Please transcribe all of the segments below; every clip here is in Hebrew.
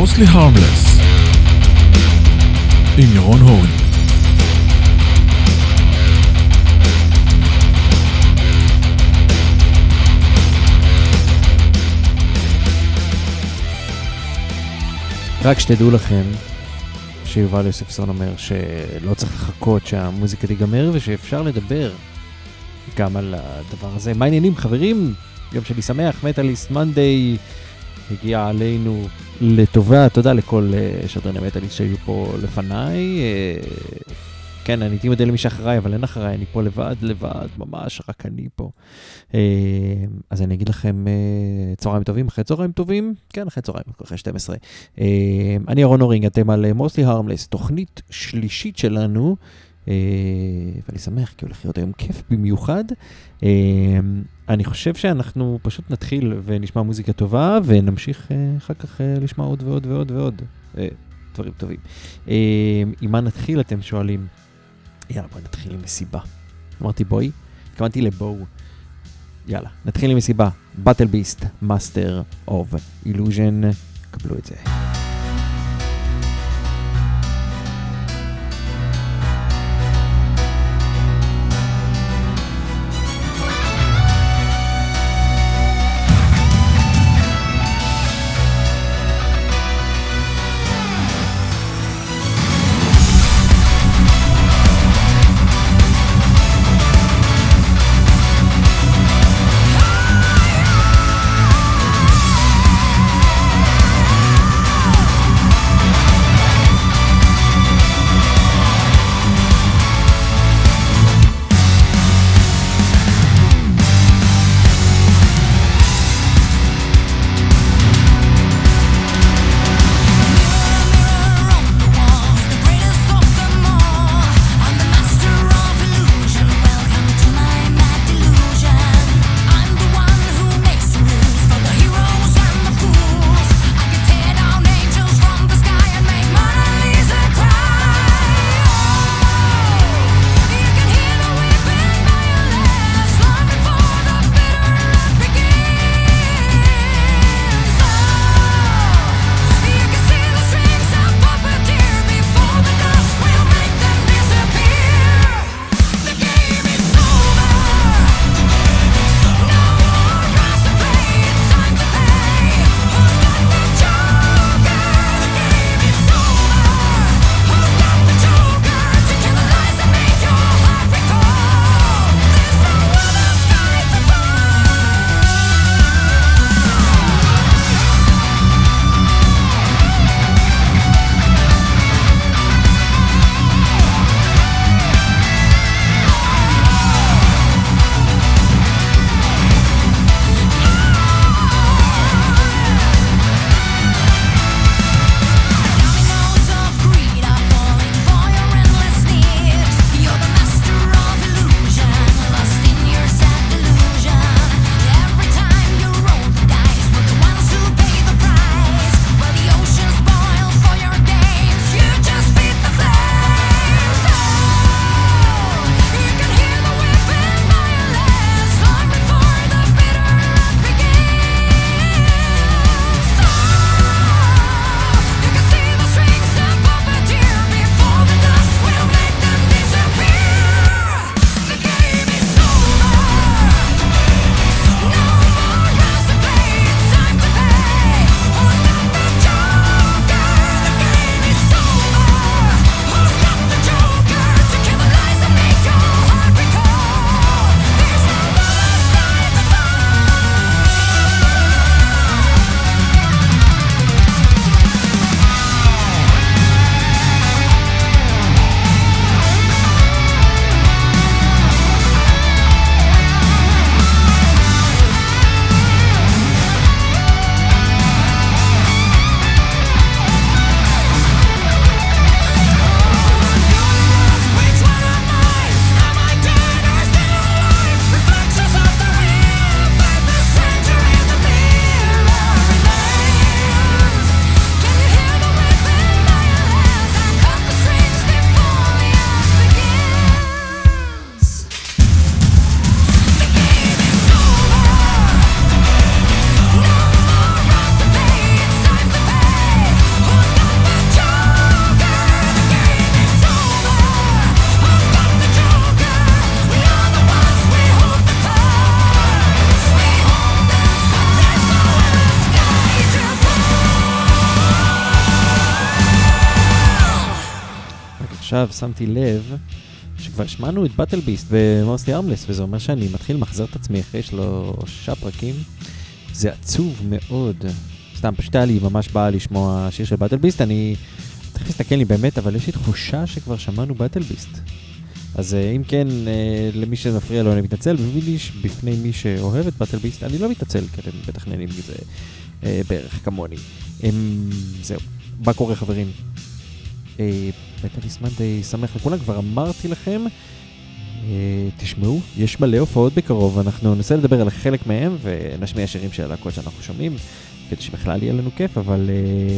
Mostly Harmless עם ירון הורי. רק שתדעו לכם שיובל יוספסון אומר שלא צריך לחכות שהמוזיקה תיגמר ושאפשר לדבר גם על הדבר הזה. מה העניינים חברים? יום שלי שמח, מטליסט מנדיי הגיע עלינו לטובה, תודה לכל שדרני מטליסט שהיו פה לפניי. כן, אני הייתי מודה למי שאחריי, אבל אין אחריי, אני פה לבד, ממש, רק אני פה. אז אני אגיד לכם צהריים טובים, אחרי צהריים טובים, כן, אחרי צהריים, אחרי 12. אני ירון הורינג, אתם על Mostly Harmless, תוכנית שלישית שלנו, ואני שמח כי הולך להיות היום כיף במיוחד. אני חושב שאנחנו פשוט נתחיל ונשמע מוזיקה טובה, ונמשיך אחר כך לשמוע עוד ועוד ועוד ועוד דברים טובים. עם מה נתחיל אתם שואלים? יאללה, בואי נתחיל עם מסיבה. אמרתי בואי, התכוונתי לבואו. יאללה, נתחיל עם מסיבה. Battle Beast, Master of Illusion. קבלו את זה. עכשיו שמתי לב שכבר השמענו את באטל ביסט במוסטלי ארמלס, וזה אומר שאני מתחיל מחזר את עצמי אחרי 3 פרקים. זה עצוב מאוד. סתם, פשוט היה לי ממש בא לשמוע שיר של באטל ביסט. אני צריך להסתכל לי באמת, אבל יש לי תחושה שכבר שמענו באטל ביסט. אז אם כן, למי שמפריע לו אני מתנצל, בפני מי שאוהב את באטל ביסט, אני לא מתנצל, כי אתם בטח נהנים מזה בערך כמוני. זהו, מה קורה חברים? באטל ביסט די שמח לכולם, כבר אמרתי לכם, תשמעו, יש מלא הופעות בקרוב, אנחנו ננסה לדבר על חלק מהם, ונשמיע שירים של הלהקות שאנחנו שומעים, כדי שבכלל יהיה לנו כיף, אבל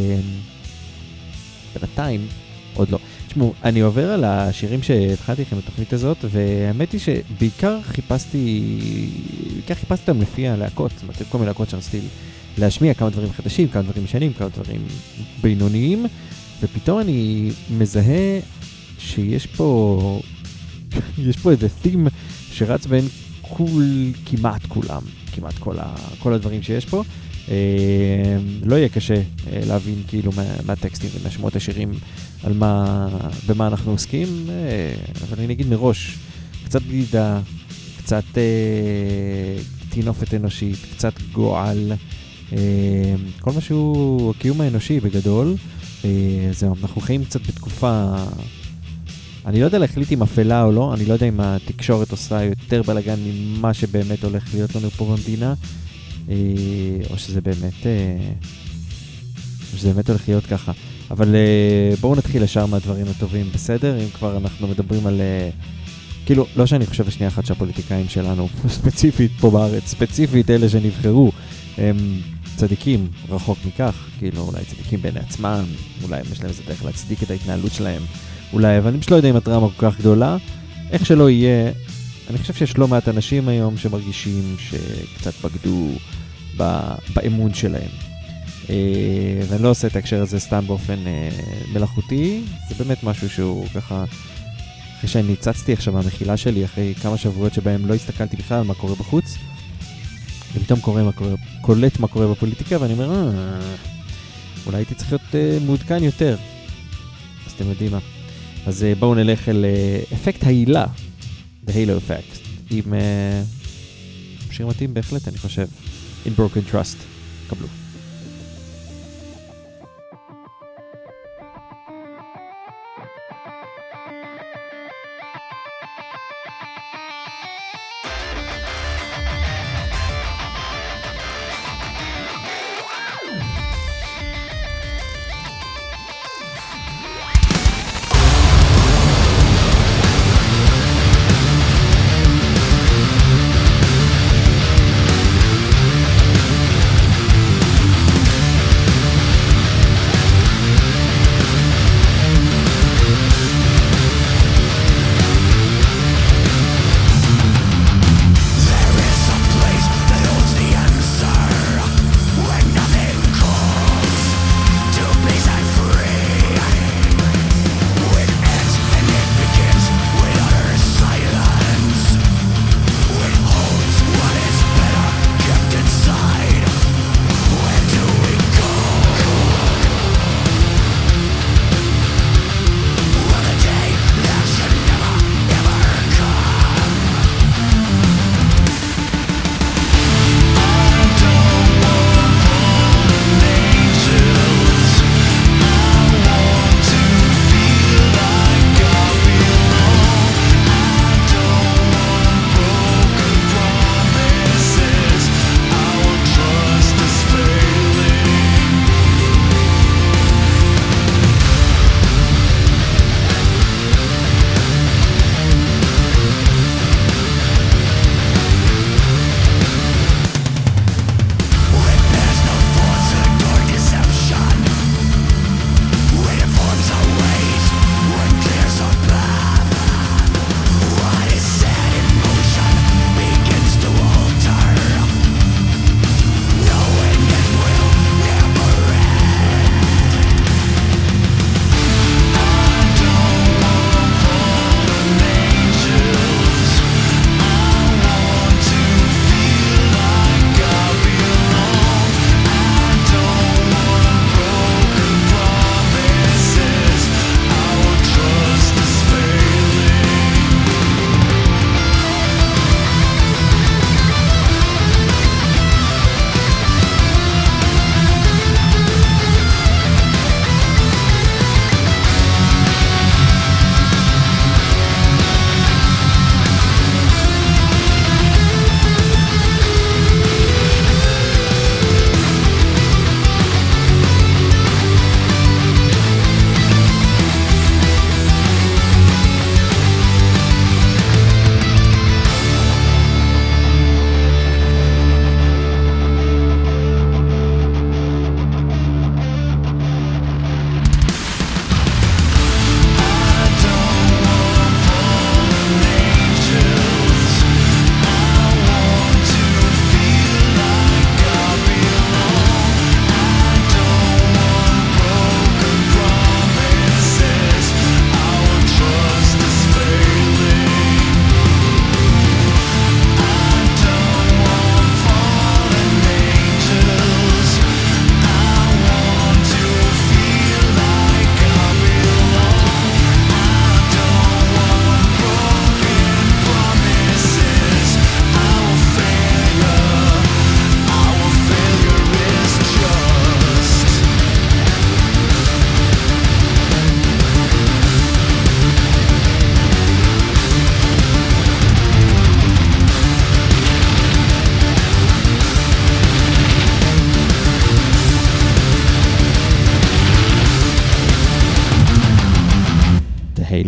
בינתיים עוד לא. תשמעו, אני עובר על השירים שהתחלתי לכם בתוכנית הזאת, והאמת היא שבעיקר חיפשתי אותם לפי הלהקות, זאת אומרת, כל מיני להקות שרציתי להשמיע כמה דברים חדשים, כמה דברים משנים, כמה דברים בינוניים, ופתאום אני מזהה שיש פה איזה theme שרץ בין כמעט כולם, כמעט כל הדברים שיש פה. לא יהיה קשה להבין כאילו מהטקסטים ומהשמות השירים במה אנחנו עוסקים, אבל אני אגיד מראש, קצת בדידה, קצת תינופת אנושית, קצת גועל, כל משהו, הקיום האנושי בגדול. זהו, אנחנו חיים קצת בתקופה, אני לא יודע להחליט אם אפלה או לא, אני לא יודע אם התקשורת עושה יותר בלגן ממה שבאמת הולך להיות לנו פה במדינה, או שזה באמת הולך להיות ככה. אבל בואו נתחיל לשאר מהדברים הטובים, בסדר? אם כבר אנחנו מדברים על, כאילו, לא שאני חושב בשנייה אחת שהפוליטיקאים שלנו, ספציפית פה בארץ, ספציפית אלה שנבחרו, הם צדיקים רחוק מכך, כאילו אולי צדיקים בעיני עצמם, אולי יש להם איזה דרך להצדיק את ההתנהלות שלהם, אולי, אבל אני פשוט לא יודע אם הדרמה כל כך גדולה, איך שלא יהיה, אני חושב שיש לא מעט אנשים היום שמרגישים שקצת בגדו באמון שלהם. ואני לא עושה את ההקשר הזה סתם באופן מלאכותי, זה באמת משהו שהוא ככה, אחרי שאני ניצצתי עכשיו מהמחילה שלי, אחרי כמה שבועות שבהם לא הסתכלתי בכלל על מה קורה בחוץ, ופתאום קולט מה קורה בפוליטיקה, ואני אומר, אולי הייתי צריך להיות מעודכן יותר. אז אתם יודעים מה. אז בואו נלך אל אפקט העילה, The Halo Effect, עם שיר מתאים בהחלט, אני חושב, In Broken Trust. קבלו.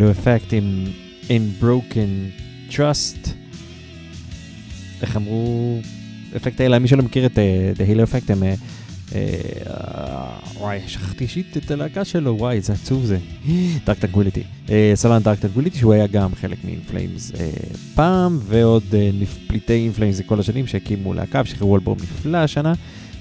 הילו אפקט עם In Broken Trust. איך אמרו? אפקט האלה, מי שלא מכיר את הילו אפקט, הם... וואי, שכחתי אישית את הלהקה שלו, וואי, זה עצוב זה. דארק טרנקוויליטי. סולן דארק טרנקוויליטי, שהוא היה גם חלק מ-Inflames פעם, ועוד פליטי Inflames זה כל השנים שהקימו להקה, ושחררו אלבום נפלא השנה.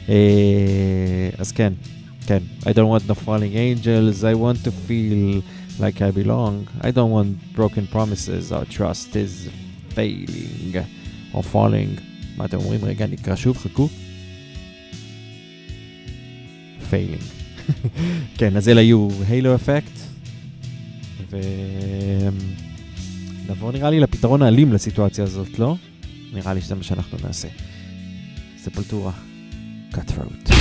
אז כן, כן. I don't want no falling angels, I want to feel like I belong. I don't want broken promises, our trust is failing or falling. מה אתם אומרים? רגע, נקרא שוב, חכו. failing. כן, אז אלה היו הילו אפקט, ונעבור נראה לי לפתרון האלים לסיטואציה הזאת, לא? נראה לי שזה מה שאנחנו נעשה. ספולטורה, Cutthroat.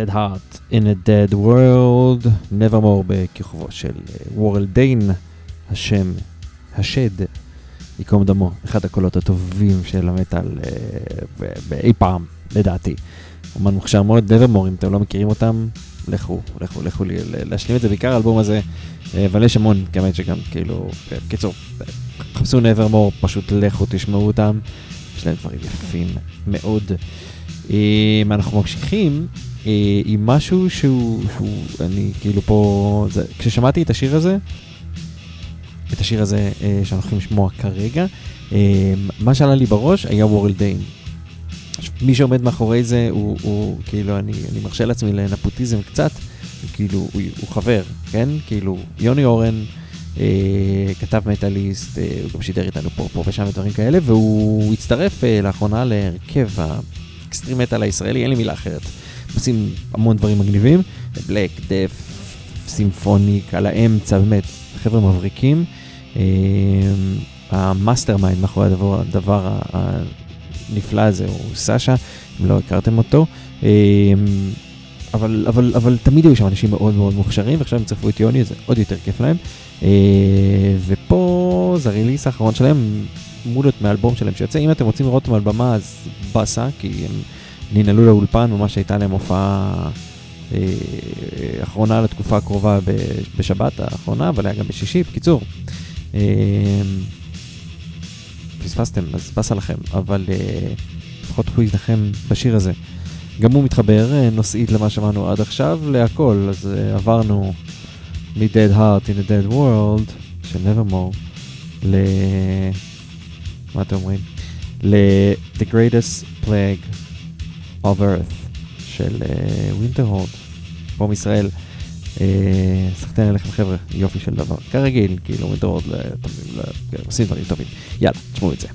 Dead Heart in a Dead World, Nevermore בכיכובו של וורל דיין, השד, יקום דמו, אחד הקולות הטובים של המטל באי פעם, לדעתי. אומן מוכשר מאוד, Nevermore, אם אתם לא מכירים אותם, לכו להשלים את זה, בעיקר האלבום הזה, אבל יש המון, כמת שגם כאילו, קיצור, חפשו Nevermore, פשוט לכו, תשמעו אותם, יש להם דברים יפים מאוד. אנחנו ממשיכים עם משהו שהוא אני כאילו פה, כששמעתי את השיר הזה שאנחנו הולכים לשמוע כרגע, מה שעלה לי בראש היה וורל דיין. מי שעומד מאחורי זה הוא כאילו, אני מרשה לעצמי לנפוטיזם קצת, כאילו הוא חבר, כן? כאילו יוני אורן כתב מטאליסט, הוא גם שידר איתנו פה ושם ודברים כאלה, והוא הצטרף לאחרונה להרכב האקסטרים מטאל הישראלי, אין לי מילה אחרת. עושים המון דברים מגניבים, בלק, דף, סימפוניק, על האמצע, באמת, חבר'ה מבריקים. המאסטר מיינד מאחורי הדבר הנפלא הזה הוא סאשה, אם לא הכרתם אותו. אבל תמיד היו שם אנשים מאוד מאוד מוכשרים, ועכשיו הם צרפו את יוני, זה עוד יותר כיף להם. ופה זה הריליס האחרון שלהם, מולות מהאלבום שלהם שיוצא. אם אתם רוצים לראות אותם על במה, אז בסה, כי הם ננעלו לאולפן, ממש הייתה להם הופעה אחרונה לתקופה הקרובה בשבת האחרונה, אבל היה גם בשישי, בקיצור. פספסתם, אז בסה לכם, אבל לפחות הוא יזנחם בשיר הזה. גם הוא מתחבר נושאית למה שמענו עד עכשיו, להכל, אז עברנו מ-Dead Heart in a Dead World, של Nevermore, מה אתם אומרים? ל-The Greatest Plague of Earth, של Winterhold, פה מישראל. סחטן אליכם חבר'ה, יופי של דבר. כרגיל, כאילו Winterhold עושים דברים טובים. יאללה, תשמעו את זה.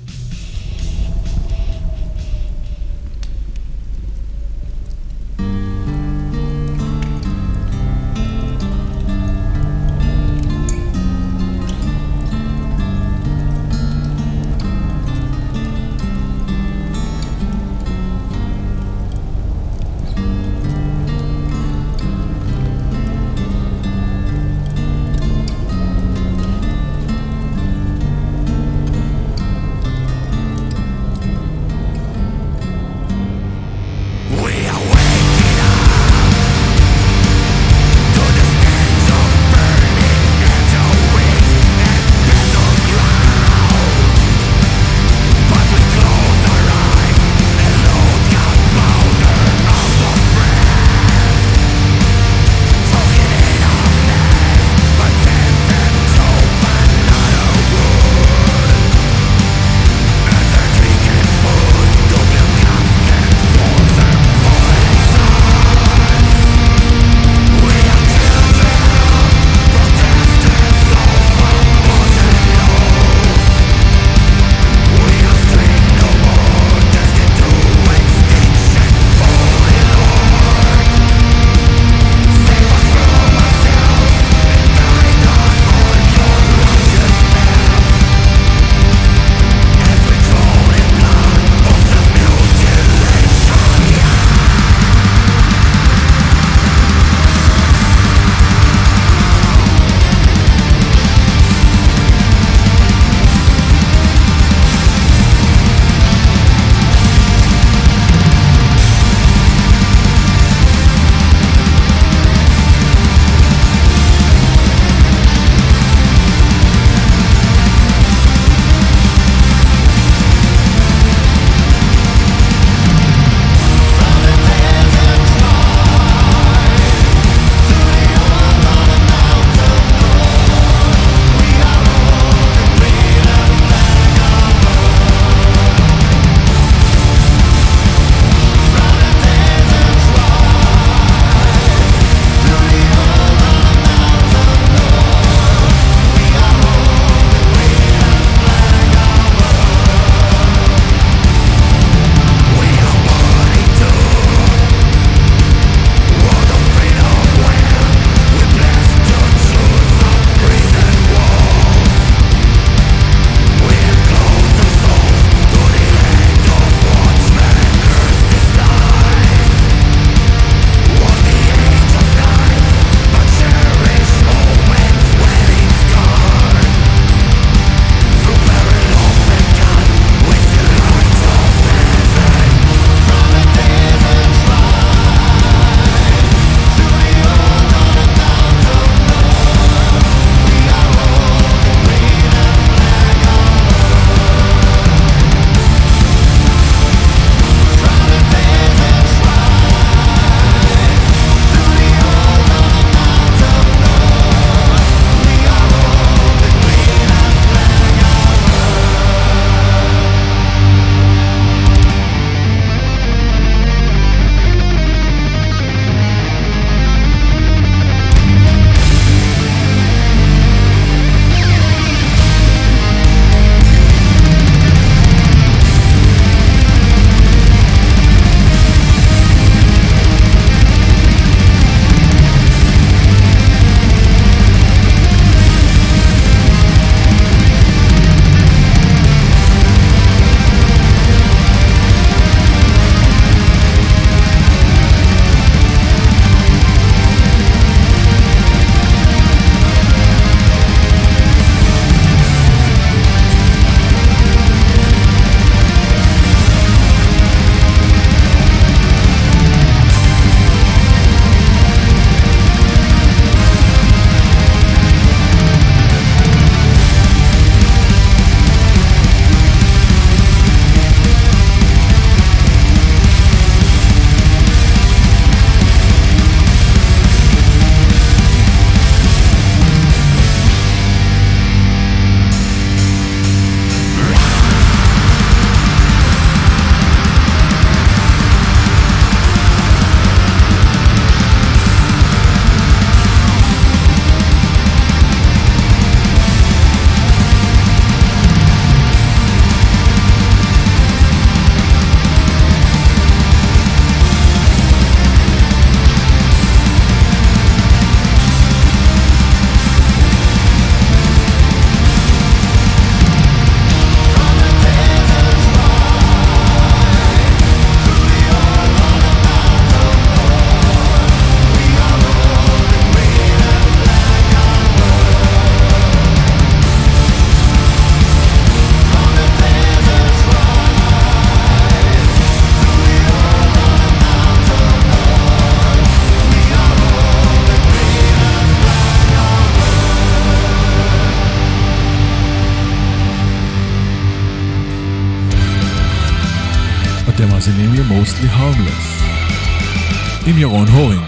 מאזינים ל-Mostly Harmless עם ירון הורינג.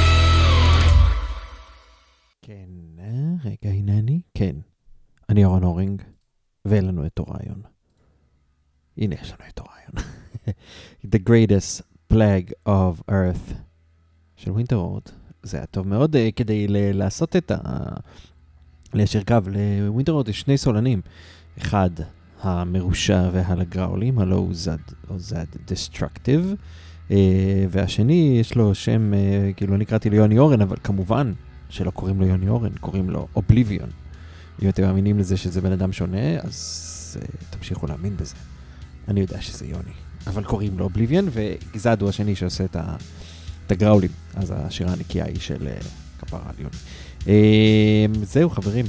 כן, רגע, הנה אני. כן, אני ירון הורינג, ואין לנו את אוריון. הנה יש לנו את אוריון. The Greatest Plague of Earth של Winterworld. זה היה טוב מאוד כדי לעשות את ליישר קו. ל-Winterworld יש שני סולנים. אחד, המרושע והלגראולים, הלא הוא זד Destructive. והשני יש לו שם, כאילו אני קראתי לו יוני אורן, אבל כמובן שלא קוראים לו יוני אורן, קוראים לו Oblivion. אם אתם מאמינים לזה שזה בן אדם שונה, אז תמשיכו להאמין בזה. אני יודע שזה יוני, אבל קוראים לו Oblivion, וגזד הוא השני שעושה את הגראולים. אז השירה הנקייה היא של כפרה על יוני. זהו חברים,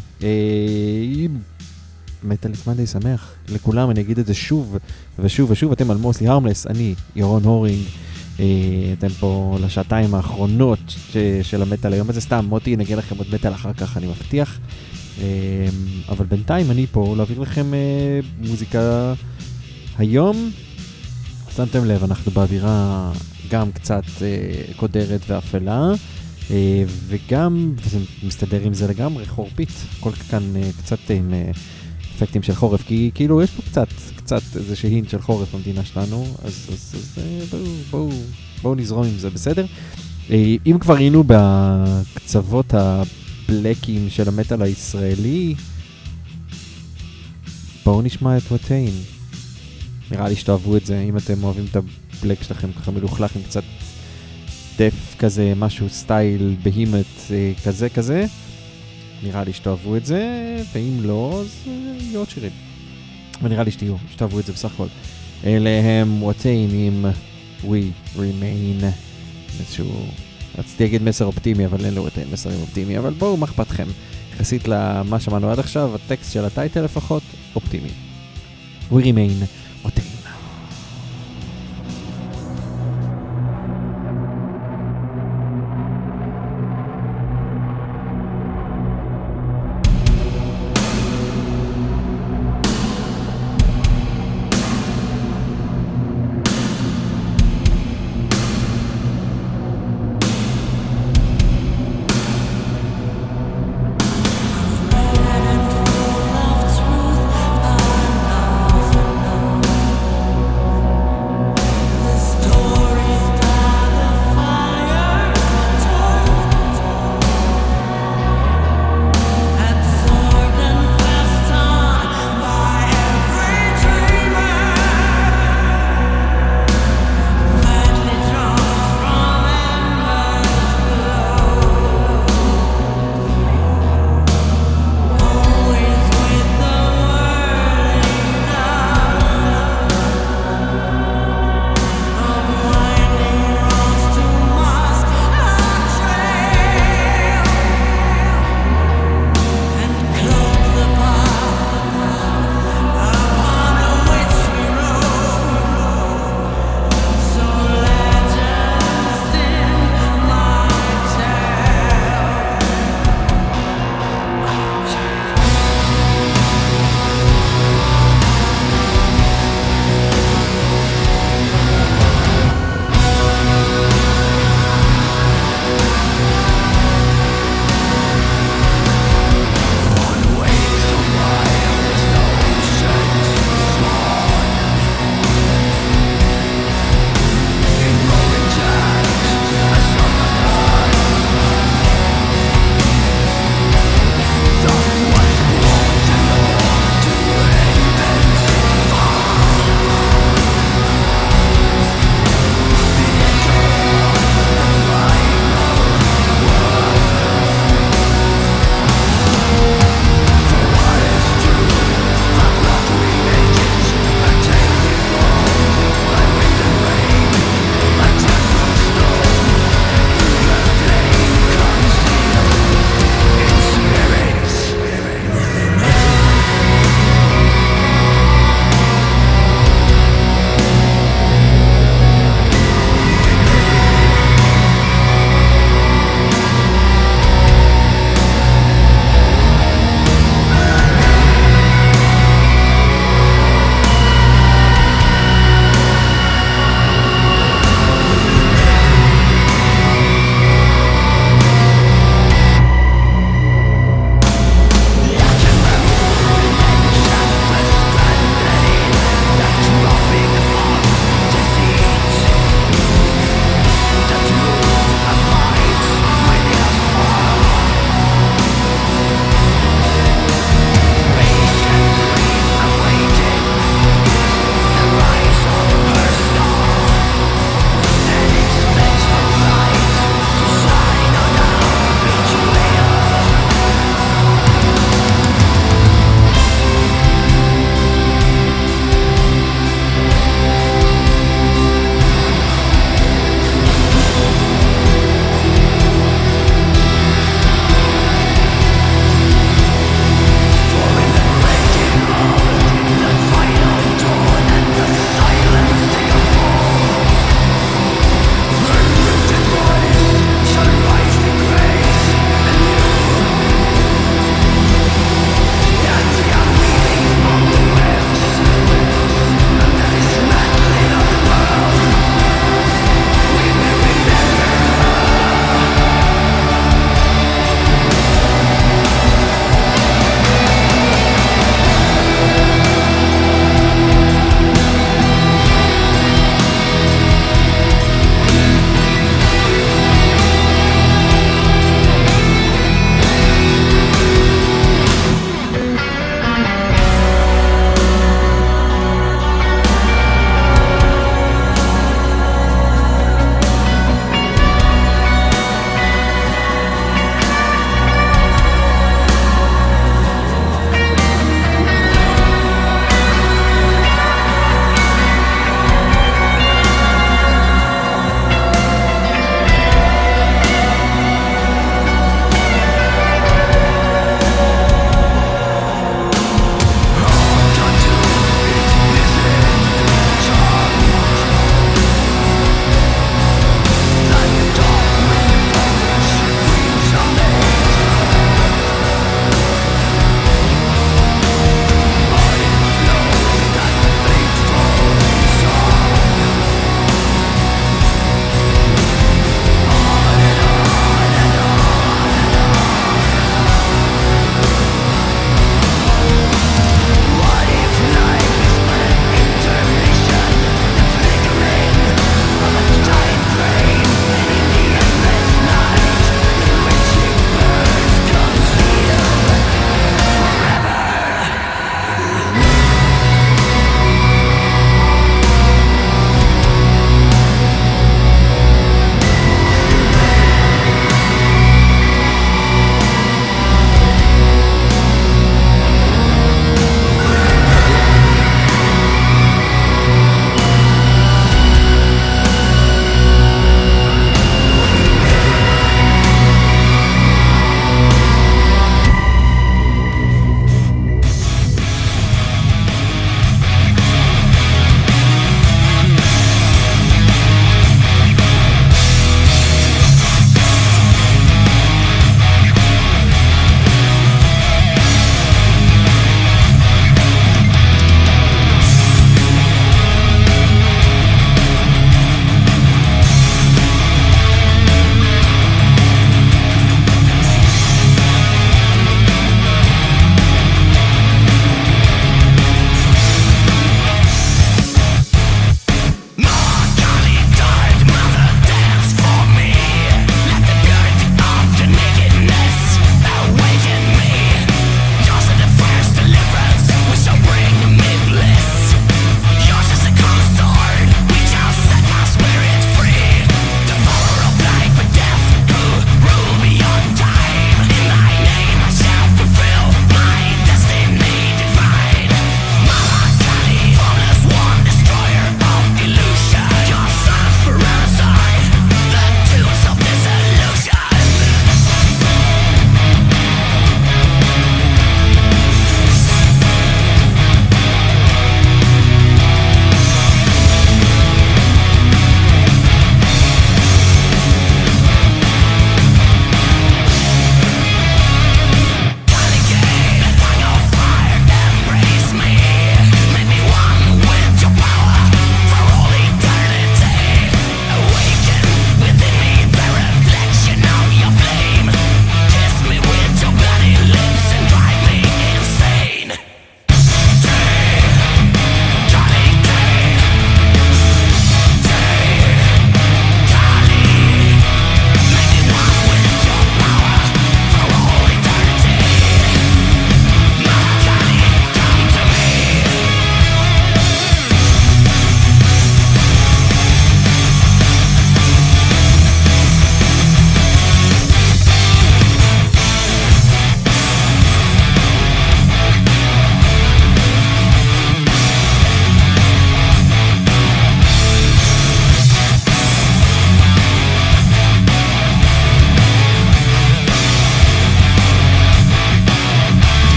מטליסט מנדי שמח לכולם, אני אגיד את זה שוב ושוב ושוב. אתם על Mostly Harmless, אני ירון הורינג. אתם פה לשעתיים האחרונות של המטל היום הזה. סתם מוטי נגיע לכם עוד מטל אחר כך, אני מבטיח. אבל בינתיים אני פה להעביר לכם מוזיקה. היום שמתם לב, אנחנו באווירה גם קצת קודרת ואפלה, וגם, וזה מסתדר עם זה לגמרי, חורפית. כל כאן קצת עם אפקטים של חורף, כי כאילו יש פה קצת איזה שהין של חורף במדינה שלנו, אז בואו נזרום עם זה, בסדר? אם כבר היינו בקצוות הבלקים של המטל הישראלי, בואו נשמע את וואטיין. נראה לי שתאהבו את זה, אם אתם אוהבים את הבלק שלכם ככה מלוכלך עם קצת דף כזה, משהו סטייל בהימט כזה. נראה לי שתאהבו את זה, ואם לא, אז יהיו עוד שירים. ונראה לי שתאהבו את זה בסך הכל. אלה הם וואטיין עם We Remain. איזשהו, רציתי להגיד מסר אופטימי, אבל אין לו וואטיין מסרים אופטימי, אבל בואו, מה אכפתכם? יחסית למה שמענו עד עכשיו, הטקסט של הטייטל לפחות, אופטימי. We Remain, וואטיין. Full of truth, I'm nothing.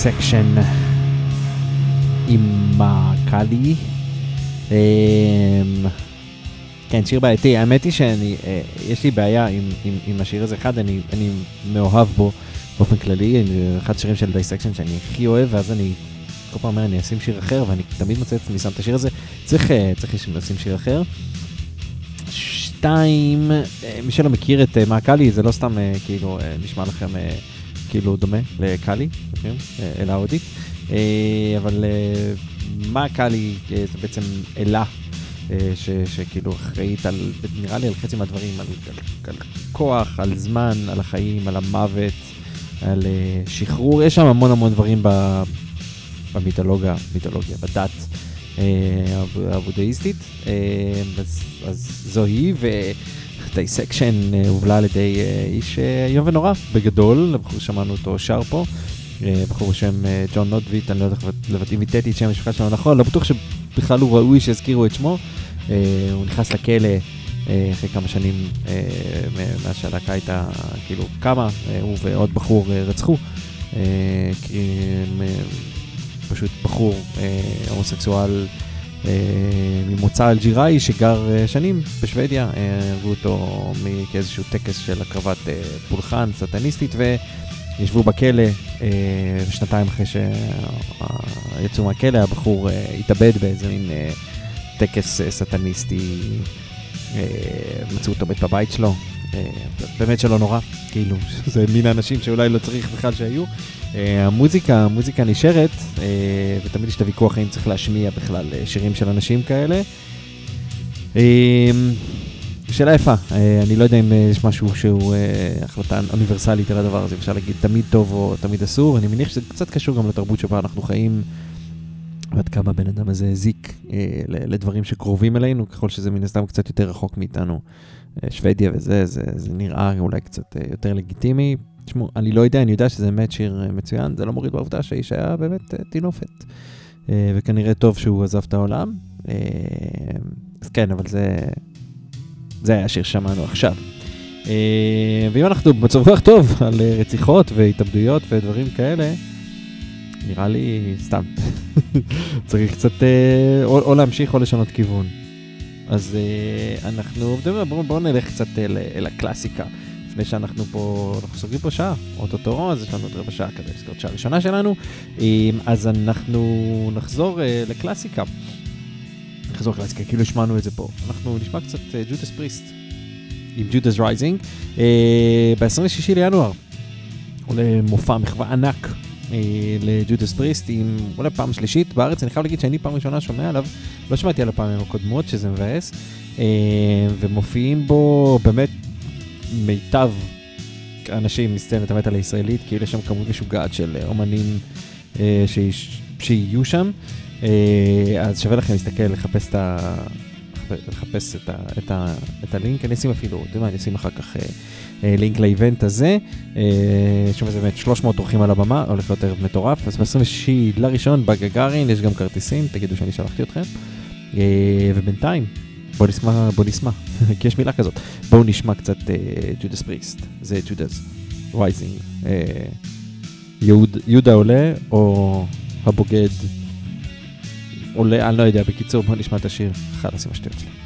דיסקשן עם קלי. כן, שיר בעייתי. האמת היא יש לי בעיה עם השיר הזה. אחד, אני מאוהב בו באופן כללי. אחד השירים של דיסקשן שאני הכי אוהב, ואז אני כל פעם אומר, אני אשים שיר אחר, ואני תמיד מוצא את עצמי שם את השיר הזה. צריך לשים שיר אחר. 2, מי שלא מכיר את קלי, זה לא סתם כאילו נשמע לכם כאילו דומה לקלי, אלה ההודית. אבל קלי זה בעצם אלה שכאילו אחראית על, נראה לי על חצי מהדברים, על כוח, על זמן, על החיים, על המוות, על שחרור. יש שם המון דברים במיתולוגיה, בדת הבודהיסטית. אז זוהי, ודיסקשן הובלה על ידי איש איום ונורא בגדול, שמענו אותו שר פה, בחור בשם ג'ון נודוויט, אני לא יודע לבטאים ויטטי את שם המשפחה שלנו נכון, לא בטוח שבכלל הוא ראוי שהזכירו את שמו. הוא נכנס לכלא אחרי כמה שנים מאז שהלהקה הייתה כאילו קמה, הוא ועוד בחור רצחו, כי פשוט בחור הומוסקסואל ממוצא אלג'יראי שגר שנים בשוודיה, הרגו אותו כאיזשהו טקס של הקרבת פולחן סטניסטית, וישבו בכלא. שנתיים אחרי שיצאו מהכלא, הבחור התאבד באיזה מין טקס סטניסטי, מצאו אותו בבית שלו. באמת שלא נורא, כאילו, זה מין האנשים שאולי לא צריך בכלל שהיו. המוזיקה נשארת, ותמיד יש את הוויכוח האם צריך להשמיע בכלל שירים של אנשים כאלה. שאלה יפה, אני לא יודע אם יש משהו שהוא החלטה אוניברסלית על הדבר הזה, אפשר להגיד תמיד טוב או תמיד אסור. אני מניח שזה קצת קשור גם לתרבות שבה אנחנו חיים, ועד כמה בן אדם הזה הזיק לדברים שקרובים אלינו, ככל שזה מן הסתם קצת יותר רחוק מאיתנו. שוודיה וזה, זה נראה אולי קצת יותר לגיטימי. תשמעו, אני לא יודע, אני יודע שזה באמת שיר מצוין, זה לא מוריד בעובדה שהאיש היה באמת תינופת. וכנראה טוב שהוא עזב את העולם. אז כן, אבל זה היה השיר שמענו עכשיו. ואם אנחנו במצב רוח טוב על רציחות והתאבדויות ודברים כאלה, נראה לי סתם. צריך קצת או להמשיך או לשנות כיוון. אז אנחנו, בואו נלך קצת אל הקלאסיקה. לפני שאנחנו פה, אנחנו סוגרים פה שעה, אוטוטו, אז יש לנו עוד רבע שעה כדי לזכור את שעה הראשונה שלנו. אז אנחנו נחזור לקלאסיקה. כאילו השמענו את זה פה. אנחנו נשמע קצת ג'ודס פריסט עם ג'ודס רייזינג. ב-26 לינואר עולה מופע מחווה ענק לג'ודס פריסט, עם אולי פעם שלישית בארץ. אני חייב להגיד שאני פעם ראשונה שומע עליו, לא שמעתי על הפעמים הקודמות, שזה מבאס. ומופיעים בו באמת מיטב אנשים מסצנת המטל הישראלית, כאילו יש שם כמות משוגעת של אומנים שיהיו שם. אז שווה לכם להסתכל, לחפש את הלינק. אני אשים אפילו, אני אשים אחר כך לינק לאיבנט הזה. שוב, זה באמת 300 אורחים על הבמה, הולך יותר מטורף. אז ב-26 לראשון בגגארין יש גם כרטיסים, תגידו שאני שלחתי אתכם. ובינתיים בוא נשמע, כי יש מילה כזאת. בואו נשמע קצת ג'ודס פריסט, זה ג'ודס רייזינג. יהודה עולה או הבוגד עולה, אני לא יודע, בקיצור בואו נשמע את השיר, חלאס עם השטויות שלי.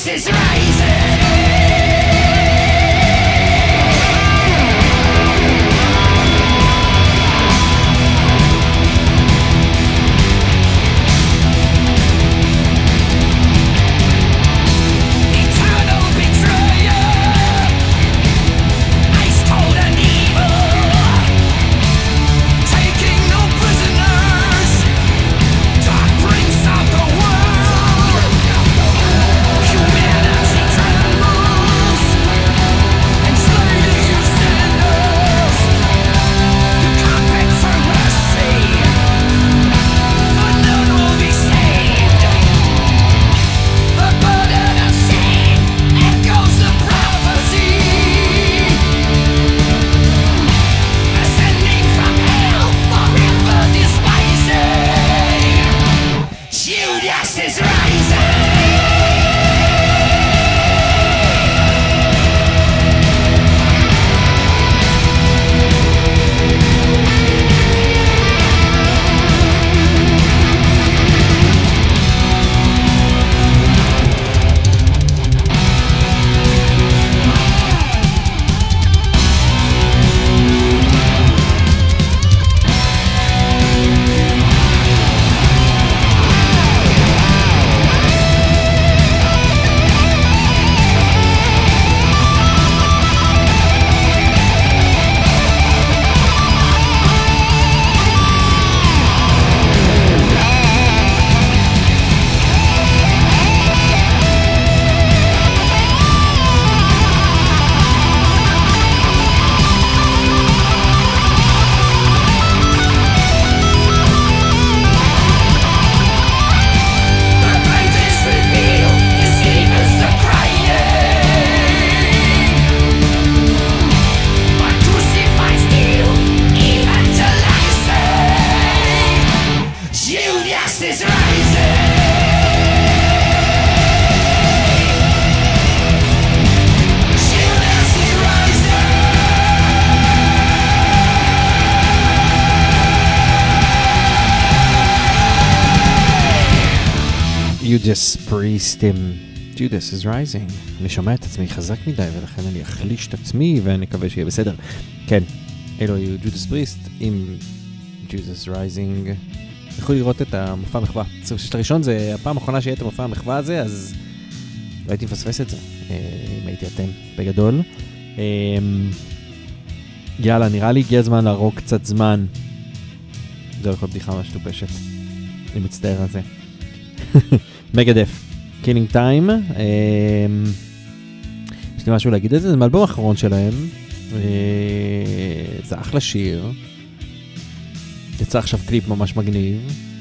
is rising. Judas Priest עם Judas is Rising. אני שומע את עצמי חזק מדי ולכן אני אחליש את עצמי ואני מקווה שיהיה בסדר. כן, אלו היו Judas Priest עם Judas Rising. יכולו לראות את המופע המחווה. 26 הראשון זה הפעם האחרונה שיהיה את המופע המחווה הזה, אז לא הייתי מפספס את זה אם הייתי אתם בגדול. יאללה, נראה לי הגיע הזמן להרוג קצת זמן. זה הולך בדיחה ממש טופשת. אני מצטער על זה. מגדף, Killing Time. יש לי משהו להגיד על זה, זה מאלבום האחרון שלהם. זה אחלה שיר. יצא עכשיו קליפ ממש מגניב.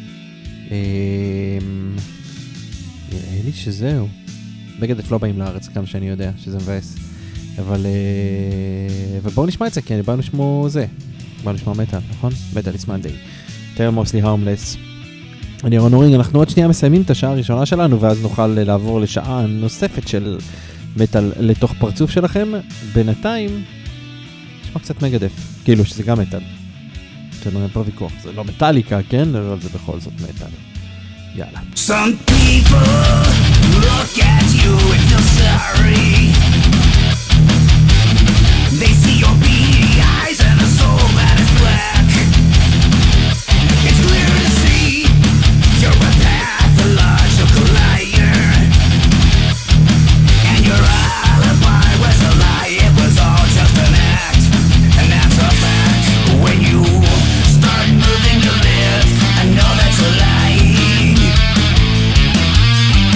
נראה לי שזהו. מגדף לא באים לארץ, כמה שאני יודע, שזה מבאס. אבל בואו נשמע את זה, כי באנו לשמוע זה. באנו לשמוע מטל, נכון? מטל is Monday. Tell mostly harmless. אני רון אורינג, אנחנו עוד שנייה מסיימים את השעה הראשונה שלנו, ואז נוכל לעבור לשעה נוספת של מטל לתוך פרצוף שלכם. בינתיים, נשמע קצת מגדף, כאילו שזה גם מטל. תנו פה ויכוח, זה לא מטליקה, כן? אבל זה בכל זאת מטל. יאללה. Some people look at you and feel sorry. They see your beady eyes and a soul that is black. It's clear to see you're a pathological liar. And your alibi was a lie, it was all just an act. And that's a fact. When you start moving your lips, I know that you're lying.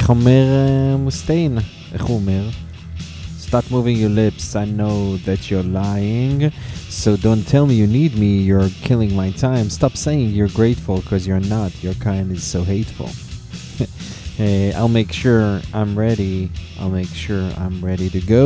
איך אומר מוסטיין? איך הוא אומר? Start moving your lips, I know that you're lying. So don't tell me you need me, you're killing my time. Stop saying you're grateful, cause you're not. Your kind is so hateful. I'll make sure I'm ready. I'll make sure I'm ready to go.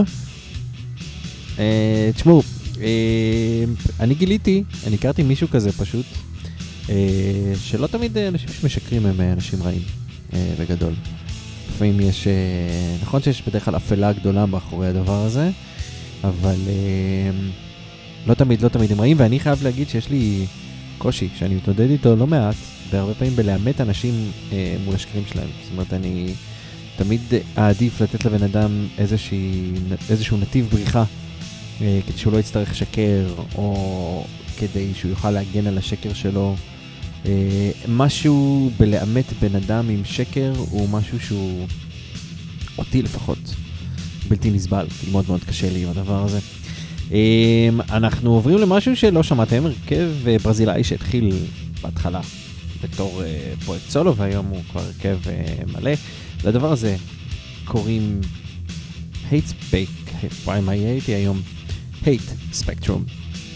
תשמעו, אני הכרתי מישהו כזה פשוט, שלא תמיד אנשים שמשקרים הם אנשים רעים, בגדול. לפעמים יש, נכון שיש בדרך כלל אפלה גדולה מאחורי הדבר הזה, אבל לא תמיד הם רעים, ואני חייב להגיד שיש לי קושי, שאני מתמודד איתו לא מעט, והרבה פעמים בלאמת אנשים מול השקרים שלהם. זאת אומרת, אני תמיד אעדיף לתת לבן אדם איזשהו נתיב בריחה, כדי שהוא לא יצטרך לשקר, או כדי שהוא יוכל להגן על השקר שלו. משהו בלאמת בן אדם עם שקר הוא משהו שהוא אותי לפחות בלתי נסבל, כי מאוד מאוד קשה לי עם הדבר הזה. אנחנו עוברים למשהו שלא שמעתם, הרכב ברזילאי שהתחיל בהתחלה בתור פרויקט סולו, והיום הוא כבר הרכב מלא. לדבר הזה קוראים Hate מה יהיה איתי היום? Hate Spectrum.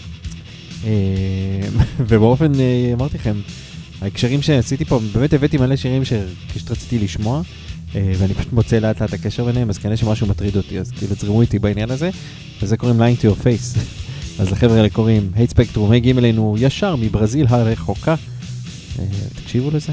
ובאופן, אמרתי לכם, ההקשרים שעשיתי פה, באמת הבאתי מלא שירים שרציתי לשמוע, ואני פשוט מוצא לאט לאט הקשר ביניהם, אז כנראה שמשהו מטריד אותי, אז כאילו תזרמו איתי בעניין הזה, וזה קוראים Lying to Your Face. אז לחבר'ה האלה קוראים Hate Spectrum, מגיעים אלינו ישר מברזיל הרחוקה. תקשיבו לזה.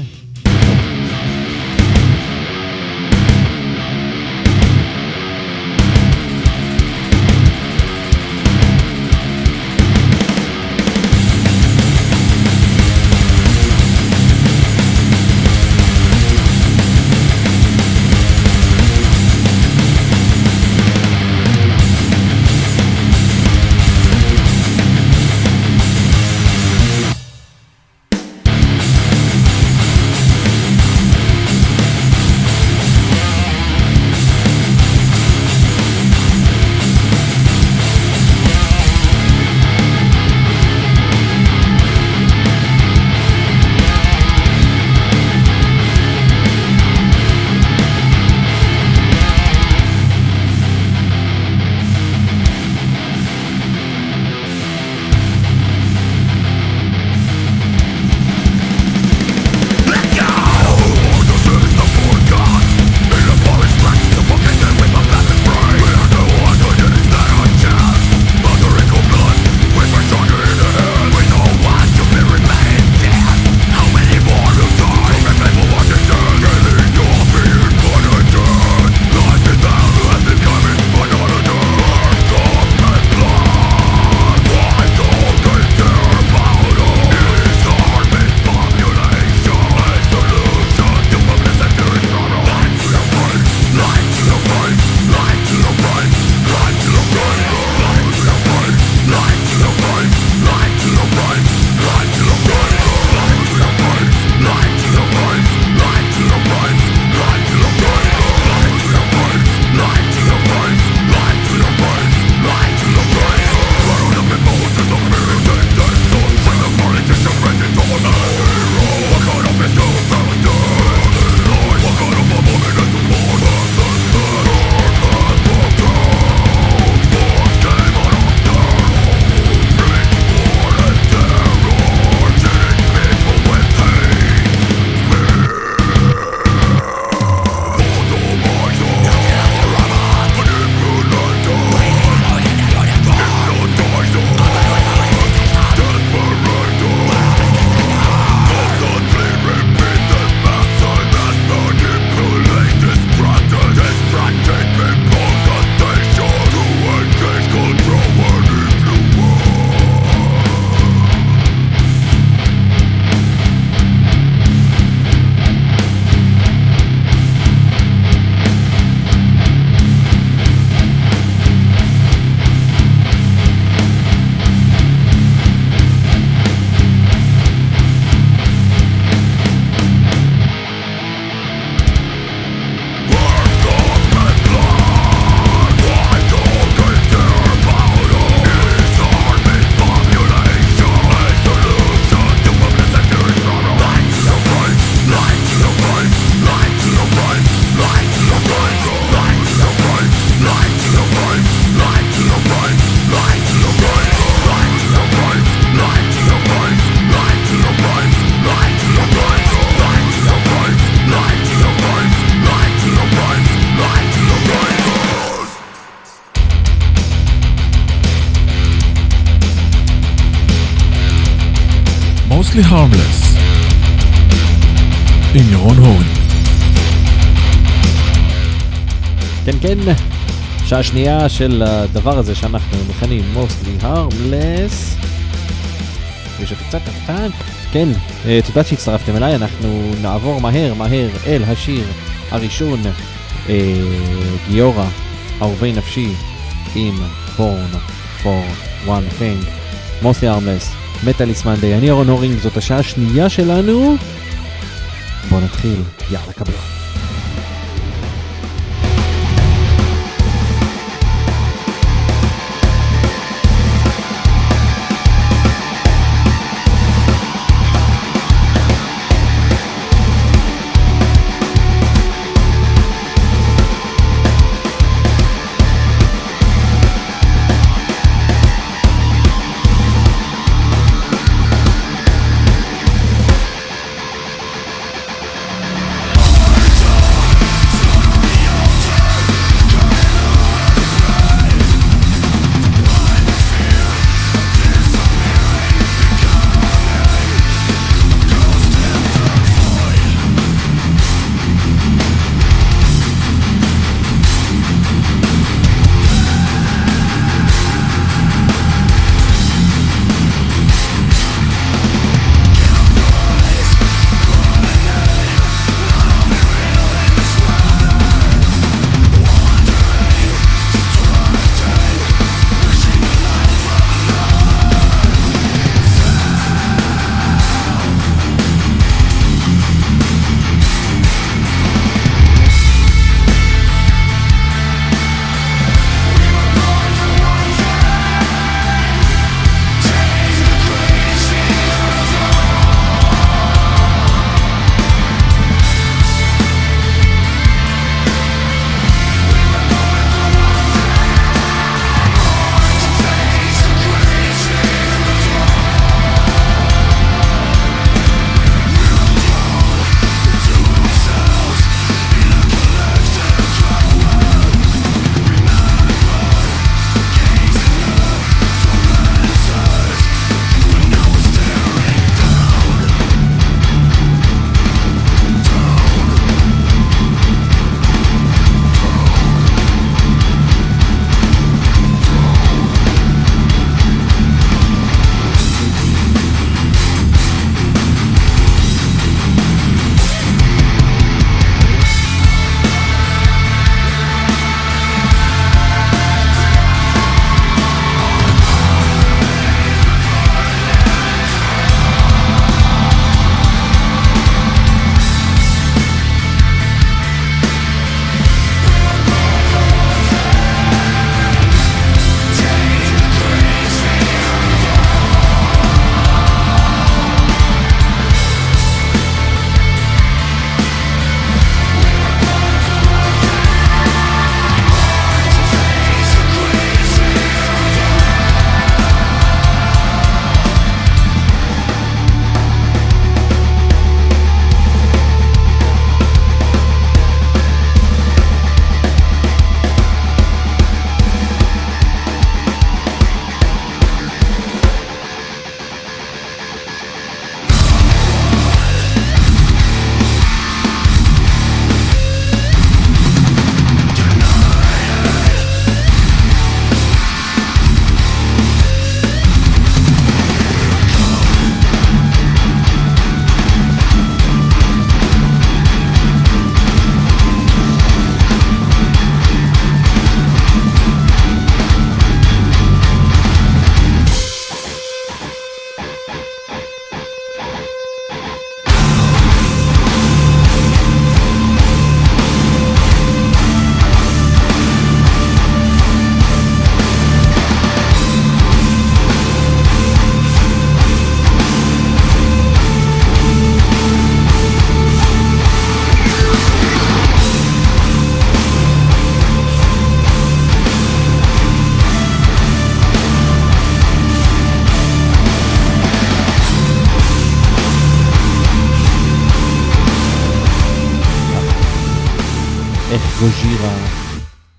Mostly Harmless עם ירון הורן. כן, כן, שעה שנייה של הדבר הזה שאנחנו מכנים Mostly Harmless. יש עוד קצת קטן. כן, תודה שהצטרפתם אליי, אנחנו נעבור מהר אל השיר הראשון, גיורא, אהובי נפשי, עם Born for One Thing, Mostly Harmless, Metalist Monday. אני ירון הורינג, זאת השעה השנייה שלנו. בואו נתחיל, יאללה קבלו.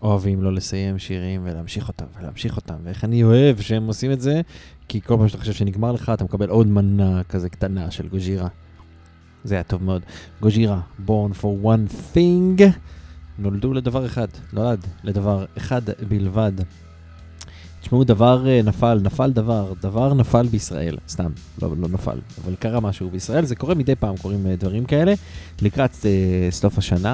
אוהבים לא לסיים שירים ולהמשיך אותם ולהמשיך אותם, ואיך אני אוהב שהם עושים את זה, כי כל פעם שאתה חושב שנגמר לך, אתה מקבל עוד מנה כזה קטנה של גוז'ירה. זה היה טוב מאוד. גוז'ירה, Born for One Thing, נולדו לדבר אחד, נולד לדבר אחד בלבד. תשמעו, דבר דבר נפל בישראל, סתם, לא נפל, אבל קרה משהו בישראל, זה קורה מדי פעם, קוראים דברים כאלה, לקראת סוף השנה,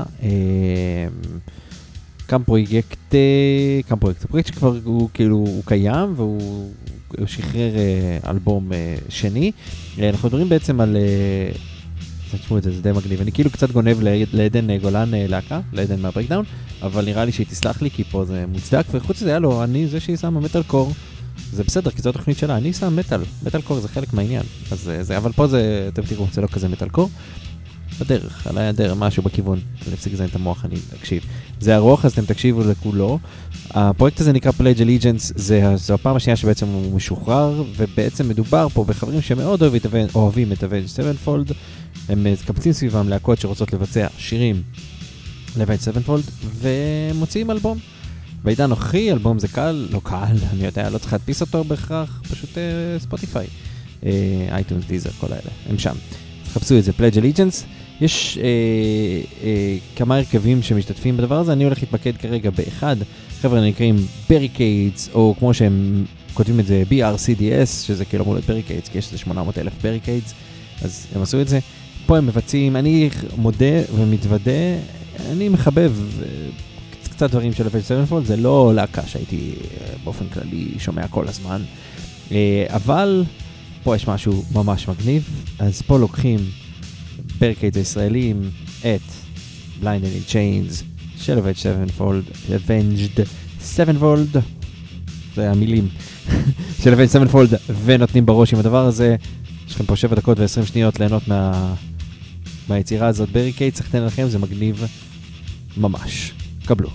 פרויקט שכבר הוא כאילו, הוא קיים, והוא שחרר אלבום שני, אנחנו מדברים בעצם על, תשמעו את זה, זה די מגניב, אני כאילו קצת גונב לעדן גולן להקה, לעדן מהברקדאון, אבל נראה לי שהיא תסלח לי, כי פה זה מוצדק, וחוץ לזה, אני זה שהיא שמה מטל קור, זה בסדר, כי זו התוכנית שלה, אני שם מטל קור זה חלק מהעניין, אז זה, אבל פה זה, אתם תראו, זה לא כזה מטל קור, בדרך, עליי הדרך, משהו בכיוון, אני אפסיק לזיין את המוח, אני אקשיב. זה ארוך, אז אתם תקשיבו לכולו. הפרויקט הזה נקרא Pledge Allegiance, זו הפעם השנייה שבעצם הוא משוחרר, ובעצם מדובר פה בחברים שמאוד אוהבים את Avenged Sevenfold, הם קמצים סביבם להקות שרוצות לבצע שירים ל-Avenged Sevenfold, ומוציאים אלבום. בעידן נוכחי, אלבום זה קל, לא קל, אני יודע, לא צריך להדפיס אותו בהכרח, פשוט ספוטיפיי, אייטונס, דיזר, כל האלה, הם שם. חפשו את זה, Pledge Allegiance. יש כמה הרכבים שמשתתפים בדבר הזה, אני הולך להתמקד כרגע באחד, חבר'ה נקראים Barricades, או כמו שהם כותבים את זה, BRCDS, שזה כאילו אמור להיות Barricades, כי יש איזה 800,000 Barricades, אז הם עשו את זה. פה הם מבצעים, אני מודה ומתוודה, אני מחבב קצת דברים של Avenged Sevenfold, זה לא להקה שהייתי באופן כללי שומע כל הזמן, אבל פה יש משהו ממש מגניב, אז פה לוקחים Barricades הישראלים את Blind and in Chains של Avenged Sevenfold, זה המילים של Avenged Sevenfold, ונותנים בראש עם הדבר הזה. יש לכם פה 7 דקות ו20 שניות ליהנות מהיצירה הזאת. Barricades, צריך לתת לכם, זה מגניב ממש. קבלו.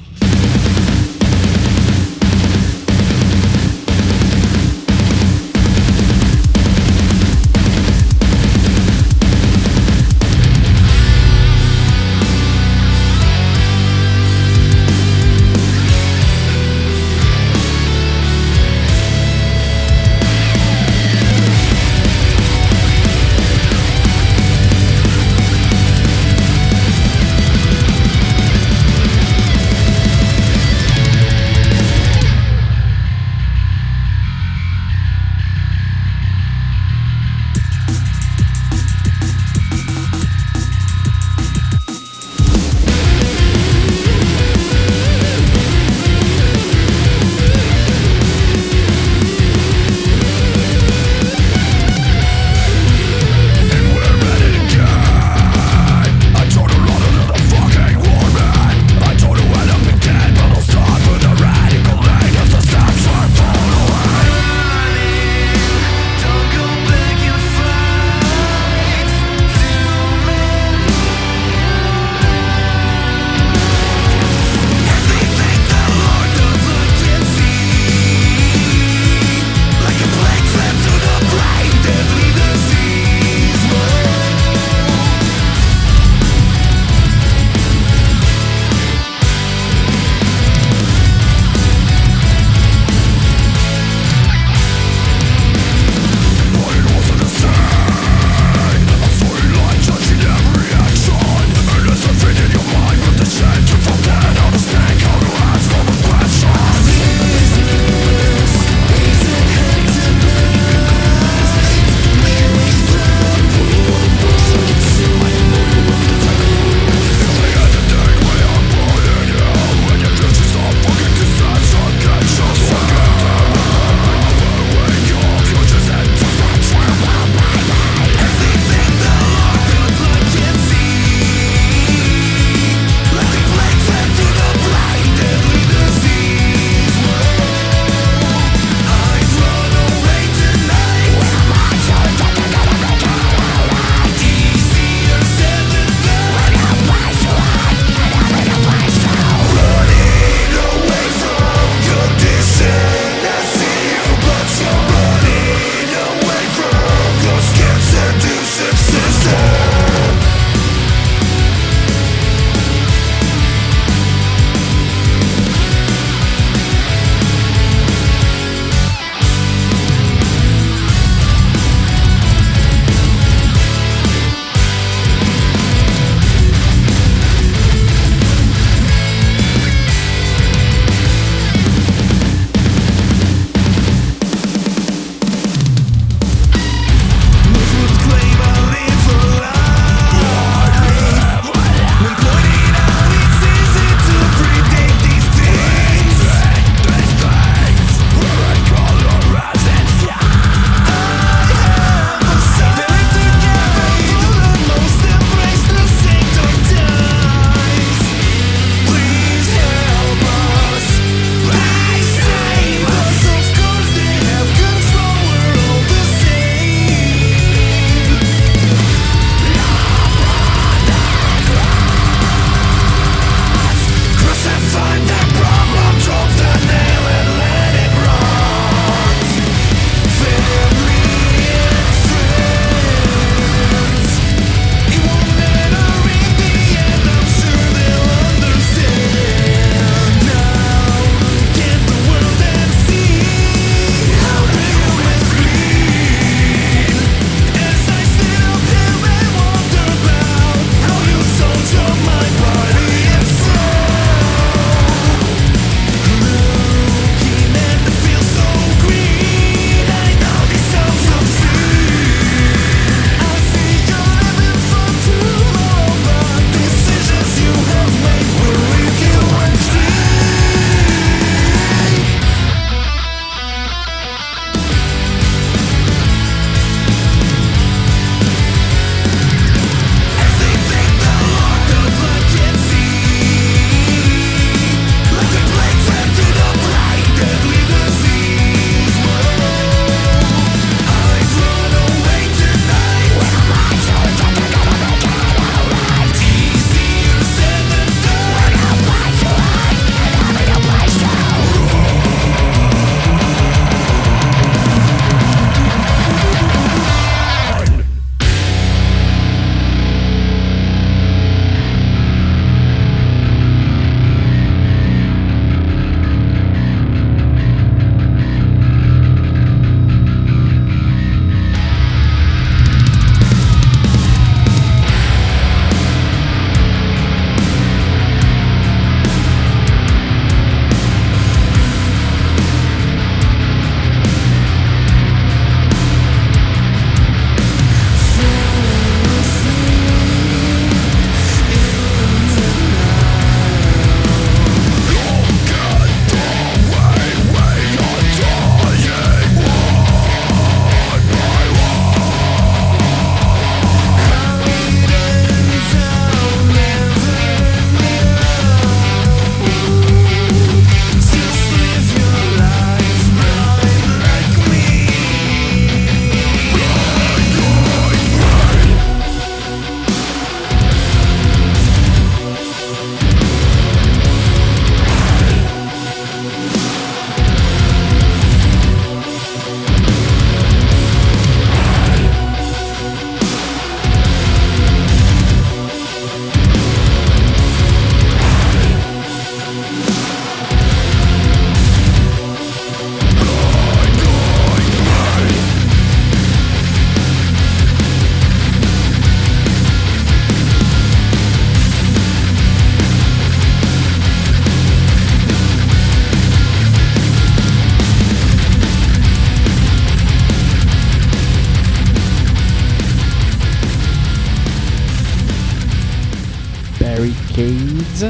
Blades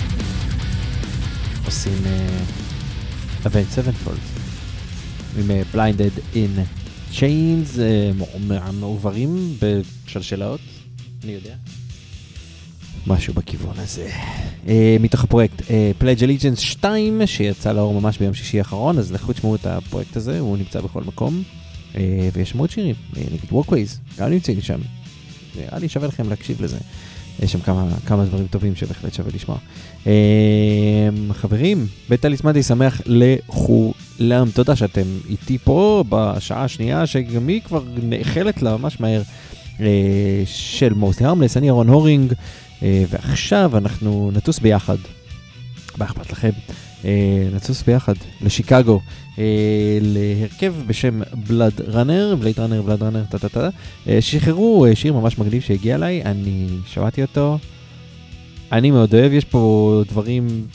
עושים Avenged Sevenfold עם Blinded in Chains, מעוברים בשלשלאות, אני יודע. משהו בכיוון הזה. מתוך הפרויקט Pledge Allegiance 2, שיצא לאור ממש ביום שישי האחרון, אז לכו תשמעו את הפרויקט הזה, הוא נמצא בכל מקום. ויש מאוד שירים, נגיד Walkways, גם נמצאים שם. נראה לי שווה לכם להקשיב לזה. יש שם כמה דברים טובים שבהחלט שווה לשמוע. חברים, בית טליסמנטי שמח לכולם. תודה שאתם איתי פה בשעה השנייה, שגם היא כבר נאכלת לה ממש מהר, של Mostly Harmless. אני אהרון הורינג, ועכשיו אנחנו נטוס ביחד. מה אכפת לכם? נטוס ביחד לשיקגו, להרכב בשם בלאד ראנר, שחררו שיר ממש מגניב שהגיע אליי, אני שמעתי אותו, אני מאוד אוהב, יש פה דברים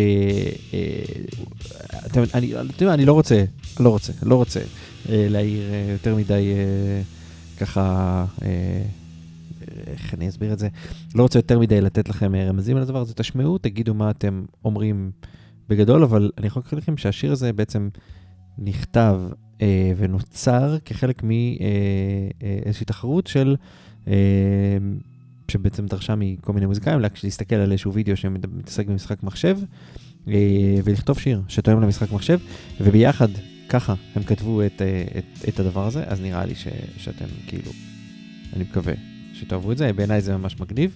אני לא רוצה להעיר יותר מדי ככה, איך אני אסביר את זה, לא רוצה יותר מדי לתת לכם רמזים על הדבר הזה, תשמעו, תגידו מה אתם אומרים בגדול, אבל אני יכול לקרוא לכם שהשיר הזה בעצם נכתב ונוצר כחלק מאיזושהי תחרות שבעצם דרשה מכל מיני מוזיקאים להסתכל על איזשהו וידאו שמתעסק במשחק מחשב ולכתוב שיר שתואם למשחק מחשב, וביחד ככה הם כתבו את הדבר הזה, אז נראה לי שאתם כאילו, אני מקווה שתאהבו את זה, בעיניי זה ממש מגניב.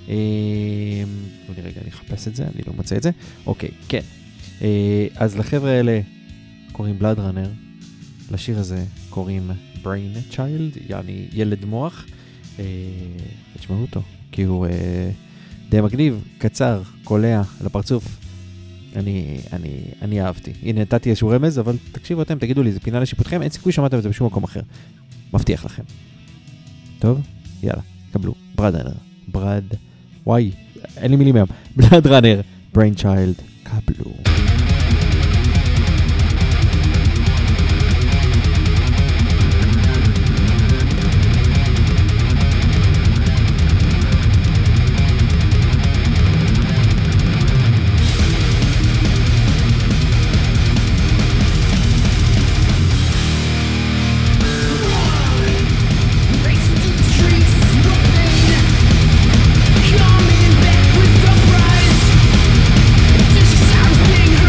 רגע, אני אחפש את זה, אני לא מצא את זה. אוקיי, כן. אז לחבר'ה האלה קוראים בלאד ראנר, לשיר הזה קוראים Brain Child, יעני ילד מוח. תשמעו אותו, כי די מגניב, קצר, קולע, לפרצוף. אני אהבתי. הנה, נתתי איזשהו רמז, אבל תקשיבו אתם, תגידו לי, זה פינה לשיפוטכם, אין סיכוי שמעתם את זה בשום מקום אחר. מבטיח לכם. טוב? יאללה, קבלו. וואי, אין לי מילים היום. בלאד ראנר, Brain Child, קבלו. Coming back with the prize. This sounds big.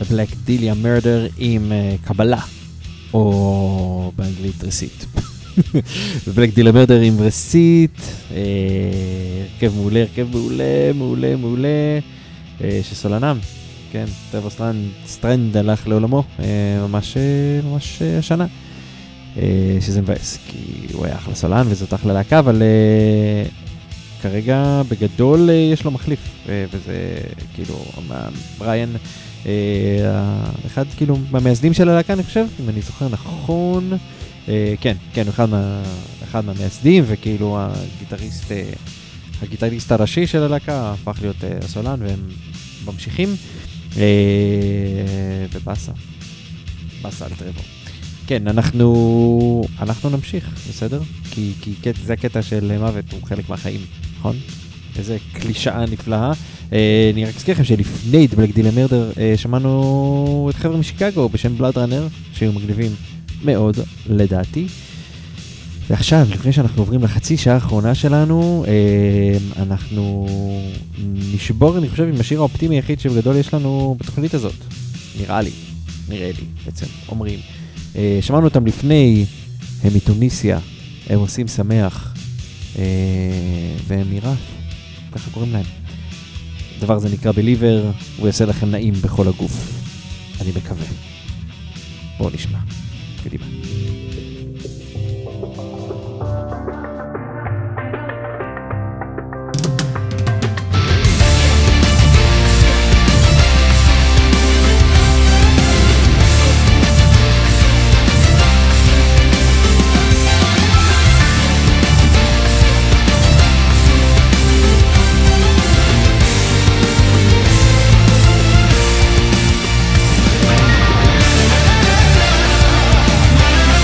בלק דיליה מרדר עם קבלה, או באנגלית רסיט. בלק דיליה מרדר עם רסיט, הרכב מעולה, שסולנם, כן, טרוור סטרנד הלך לעולמו, ממש השנה, שזה מבאס, כי הוא היה אחלה סולן וזאת אחלה להקה, אבל כרגע בגדול יש לו מחליף, וזה כאילו בריאן, אחד כאילו מהמייסדים של הלהקה, אני חושב, אם אני זוכר נכון, כן, אחד מהמייסדים, וכאילו הגיטריסט הראשי של הלהקה הפך להיות הסולן, והם ממשיכים, ובאסה על טרוור. כן, אנחנו נמשיך, בסדר? כי זה הקטע של מוות, הוא חלק מהחיים, נכון? איזה קלישאה נפלאה. אני רק אזכיר לכם שלפני את בלק דיליה מרדר שמענו את חבר'ה משיקגו בשם בלאד ראנר, שהיו מגניבים מאוד לדעתי. ועכשיו, לפני שאנחנו עוברים לחצי שעה האחרונה שלנו, אנחנו נשבור, אני חושב, עם השיר האופטימי היחיד שבגדול יש לנו בתוכנית הזאת. נראה לי בעצם, אומרים. שמענו אותם לפני, הם מתוניסיה, הם עושים שמח, והם נראה, ככה קוראים להם. הדבר הזה נקרא בליבר, הוא יעשה לכם נעים בכל הגוף. אני מקווה. בואו נשמע. קדימה. We'll be right back.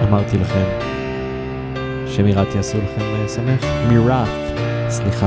אמרתי לכם שמירת יעשו לכם שמח? מירת, סליחה.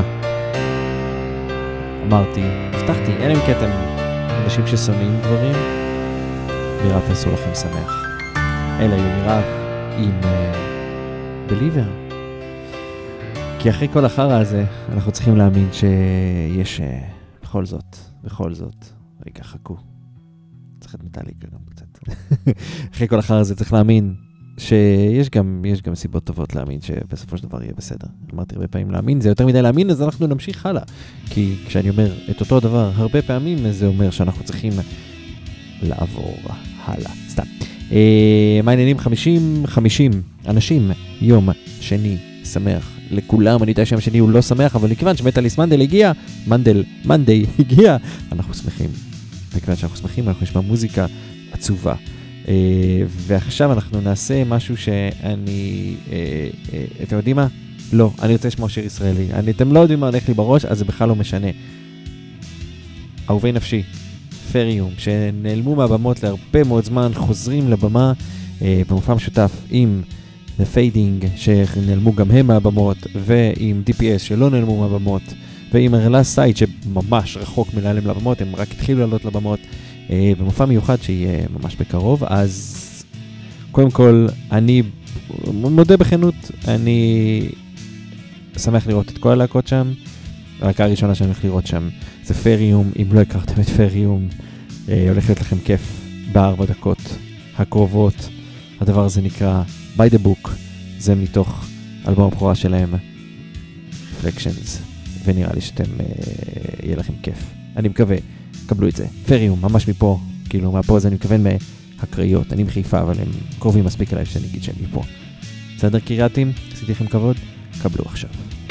אמרתי, הבטחתי, אין אם כי אתם אנשים ששונאים דברים, מירת יעשו לכם שמח. אלה היו מירת עם בליבר. כי אחרי כל החרא הזה, אנחנו צריכים להאמין שיש בכל זאת, רגע, חכו. צריך את מטאליקה גם קצת. אחרי כל החרא הזה צריך להאמין שיש גם סיבות טובות להאמין שבסופו של דבר יהיה בסדר. אמרתי הרבה פעמים להאמין, זה יותר מדי להאמין, אז אנחנו נמשיך הלאה. כי כשאני אומר את אותו דבר הרבה פעמים, זה אומר שאנחנו צריכים לעבור הלאה. סתם. מה העניינים? 50 אנשים, יום שני שמח לכולם. אני יודע שהיום שני הוא לא שמח, אבל מכיוון שמטליסט מנדי הגיע, אנחנו שמחים. מכיוון שאנחנו שמחים, אנחנו נשמע מוזיקה עצובה. ועכשיו אנחנו נעשה משהו שאני, אתם יודעים מה? לא, אני רוצה לשמוע שיר ישראלי. אתם לא יודעים מה הולך לי בראש, אז זה בכלל לא משנה. אהובי נפשי, פריום, שנעלמו מהבמות להרבה מאוד זמן, חוזרים לבמה במופע משותף עם The Fading, שנעלמו גם הם מהבמות, ועם DPS שלא נעלמו מהבמות, ועם Last Sight שממש רחוק מלהיעלם לבמות, הם רק התחילו לעלות לבמות, במופע מיוחד שיהיה ממש בקרוב. אז קודם כל, אני מודה בכנות, אני שמח לראות את כל הלהקות שם. הלהקה הראשונה שאני הולך לראות שם זה פריום. אם לא הכרתם את פריום, הולך להיות לכם כיף ב4 דקות הקרובות. הדבר הזה נקרא By the Book, זה מתוך אלבום הבכורה שלהם Reflections, ונראה לי שאתם יהיה לכם כיף, אני מקווה. קבלו את זה. פריום, ממש מפה, כאילו מהפה זה אני מכוון מהקראיות, אני מחיפה, אבל הם קרובים מספיק אליי שאני אגיד שהם מפה. בסדר קריאטים? עשיתי לכם כבוד? קבלו עכשיו.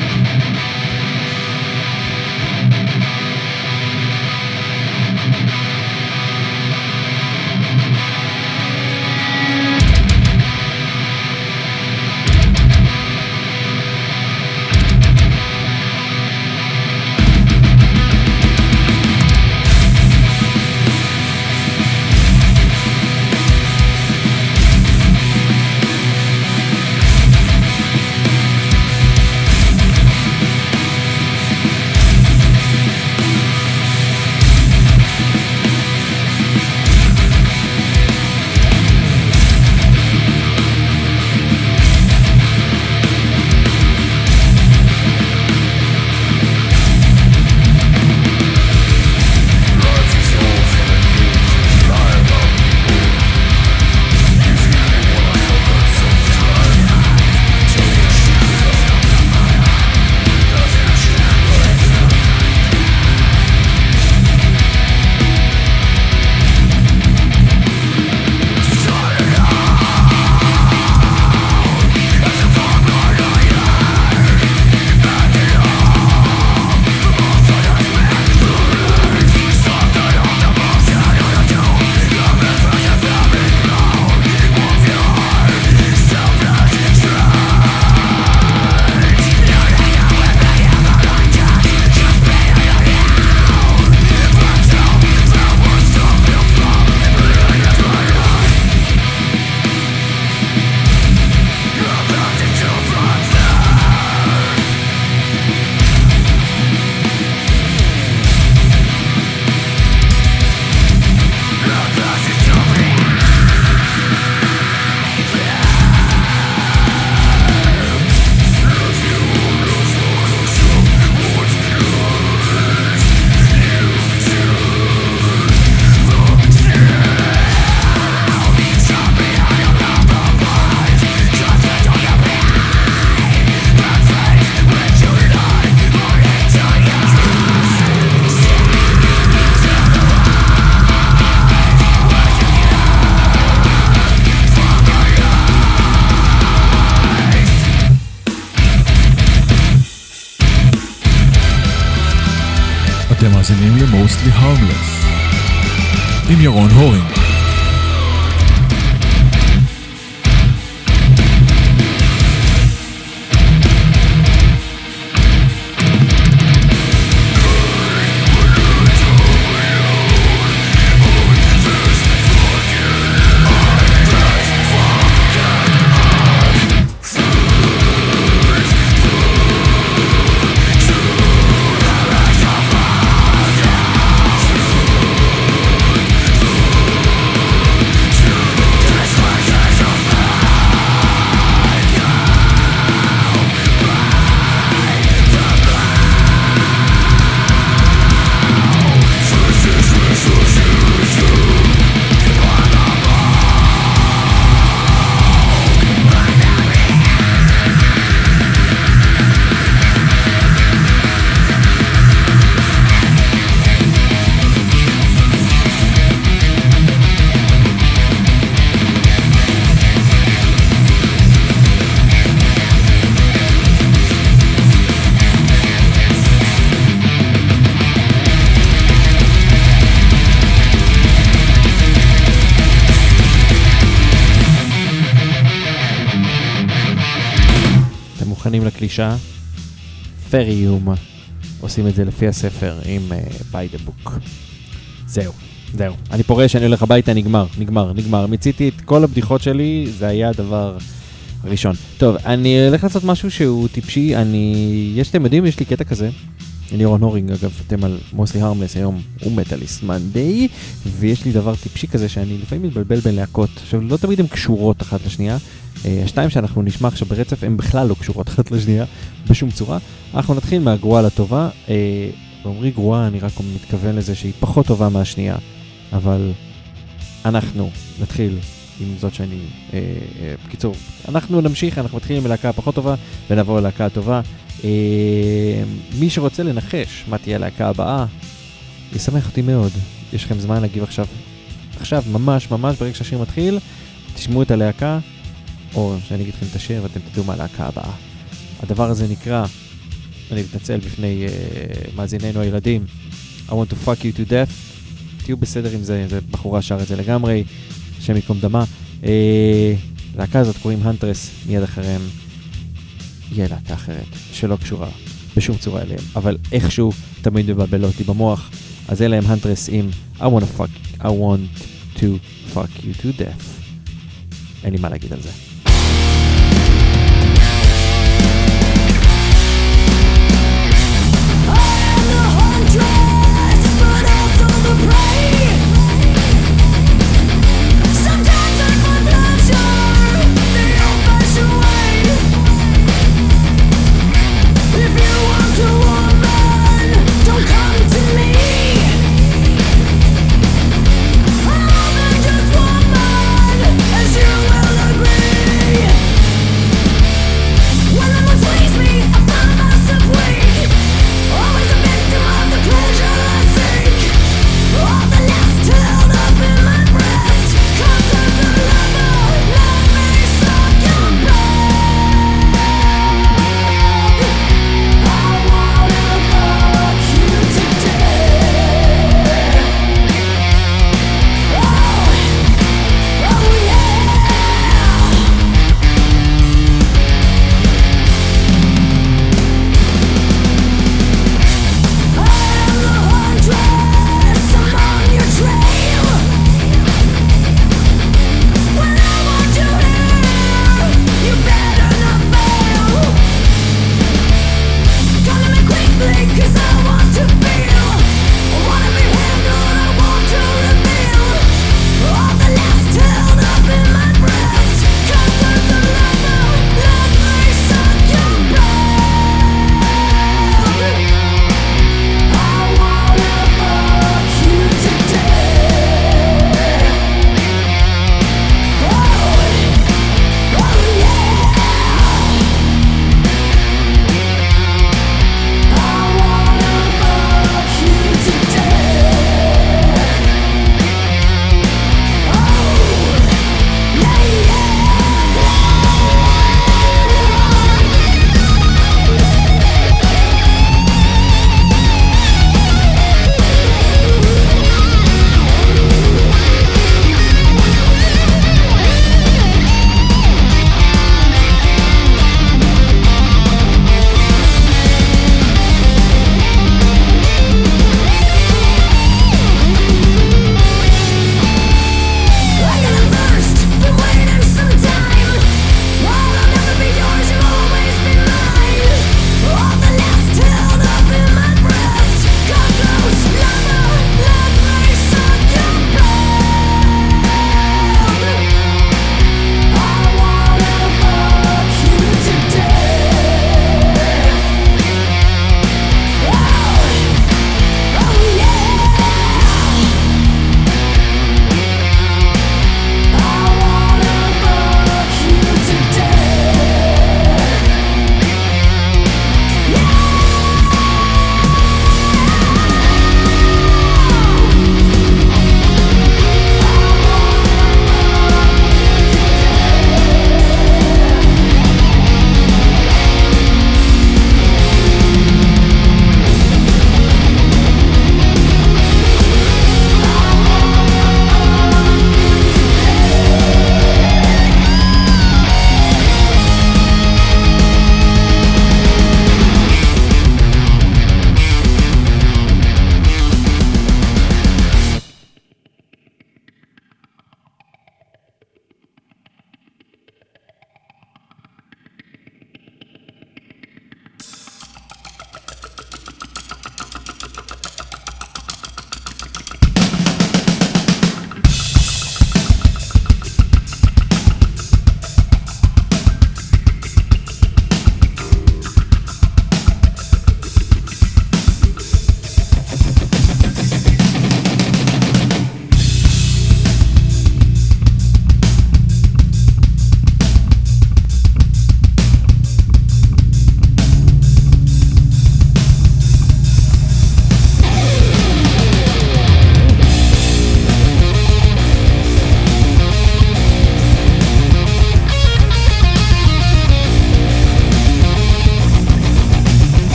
אתם מאזינים ל-Mostly Harmless עם ירון הורינג. מוכנים לקלישה, פריום עושים את זה לפי הספר עם by the book. זהו. אני פורש, אני הולך הביתה, נגמר. מיציתי את כל הבדיחות שלי, זה היה הדבר הראשון. טוב, אני הולך לעשות משהו שהוא טיפשי, אתם יודעים, יש לי קטע כזה. אני רון הורינג, אגב, אתם על מוסלי הרמלס, היום הוא מטליסט מנדי, ויש לי דבר טיפשי כזה שאני לפעמים מתבלבל בין להקות. עכשיו, לא תמיד הן קשורות אחת לשנייה. השתיים שאנחנו נשמע עכשיו ברצף, הן בכלל לא קשורות אחת לשנייה, בשום צורה. אנחנו נתחיל מהגרועה לטובה. ואומרי גרועה, אני רק מתכוון לזה שהיא פחות טובה מהשנייה, אבל אנחנו נתחיל עם זאת שאני, בקיצור, אנחנו נמשיך, אנחנו מתחילים מלהקה פחות טובה, ונעבור ללהקה הטובה. מי שרוצה לנחש מה תהיה הלהקה הבאה, ישמח אותי מאוד. יש לכם זמן להגיב עכשיו, ממש ברגע שהשיר מתחיל, תשמעו את הלהקה, או שאני אגיד לכם את השיר ואתם תדעו מה הלהקה הבאה. הדבר הזה נקרא, אני מתנצל בפני מאזיננו הילדים, I want to fuck you to death. תהיו בסדר עם זה, זה בחורה שר את זה לגמרי, שם יקום דמה. להקה הזאת קוראים הנטרס, מיד אחריהם יהיה להקה אחרת שלא קשורה בשום צורה אליהם, אבל איכשהו תמיד מבלבל אותי במוח. אז אלה הם הנטרס עם I want to fuck you to death. אין לי מה להגיד על זה. As you will agree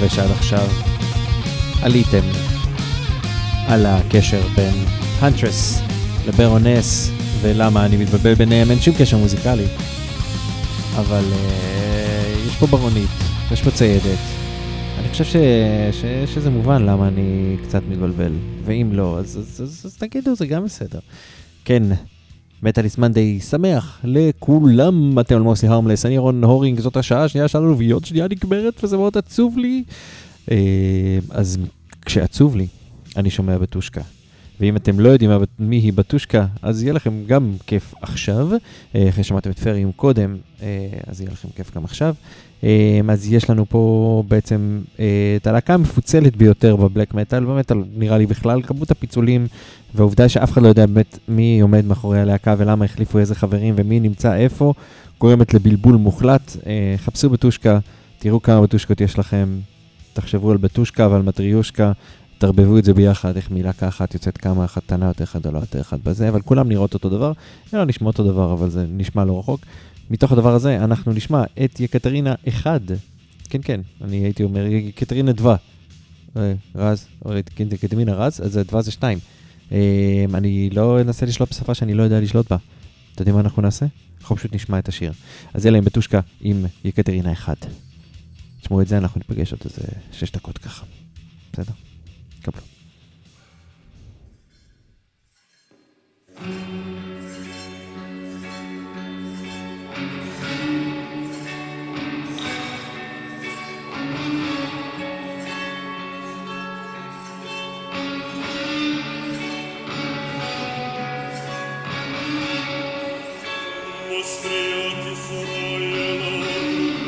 מקווה שעד עכשיו עליתם על הקשר בין הנטרס לברונס, ולמה אני מתבלבל ביניהם, אין שום קשר מוזיקלי. אבל יש פה ברונית, יש פה ציידת. אני חושב שזה מובן למה אני קצת מתבלבל, ואם לא, אז תגידו, זה גם בסדר. כן, מטאליסט מנדי שמח לכולם, אתם על מוסלי הרמלס, אני רון הורינג, זאת השעה השנייה שלנו, ועוד שנייה נגמרת, וזה מאוד עצוב לי. אז כשעצוב לי, אני שומע בטושקה. ואם אתם לא יודעים מי היא בטושקה, אז יהיה לכם גם כיף עכשיו. אחרי שמעתם את פריום קודם, אז יהיה לכם כיף גם עכשיו. אז יש לנו פה בעצם את הלהקה המפוצלת ביותר בבלק מטל. במטל נראה לי בכלל כמות הפיצולים, והעובדה שאף אחד לא יודע באמת מי עומד מאחורי הלהקה ולמה החליפו איזה חברים ומי נמצא איפה, גורמת לבלבול מוחלט. חפשו בטושקה, תראו כמה בטושקות יש לכם, תחשבו על בטושקה ועל מטריושקה, תרבבו את זה ביחד, איך מלהקה אחת יוצאת כמה אחת קטנה יותר גדולה יותר אחד בזה, אבל כולם נראות אותו דבר, לא נשמע אותו דבר, אבל זה נשמע לא רחוק. מתוך הדבר הזה אנחנו נשמע את יקטרינה 1, כן, אני הייתי אומר יקטרינה 2, רז, או יקטרינה רז, אז 2 זה 2. אני לא אנסה לשלוט בשפה שאני לא יודע לשלוט בה. אתה יודע מה אנחנו נעשה? אנחנו פשוט נשמע את השיר. אז יאללה עם בטושקה עם יקטרינה 1. תשמעו את זה, אנחנו נפגש עוד איזה 6 דקות ככה. בסדר? קבלו.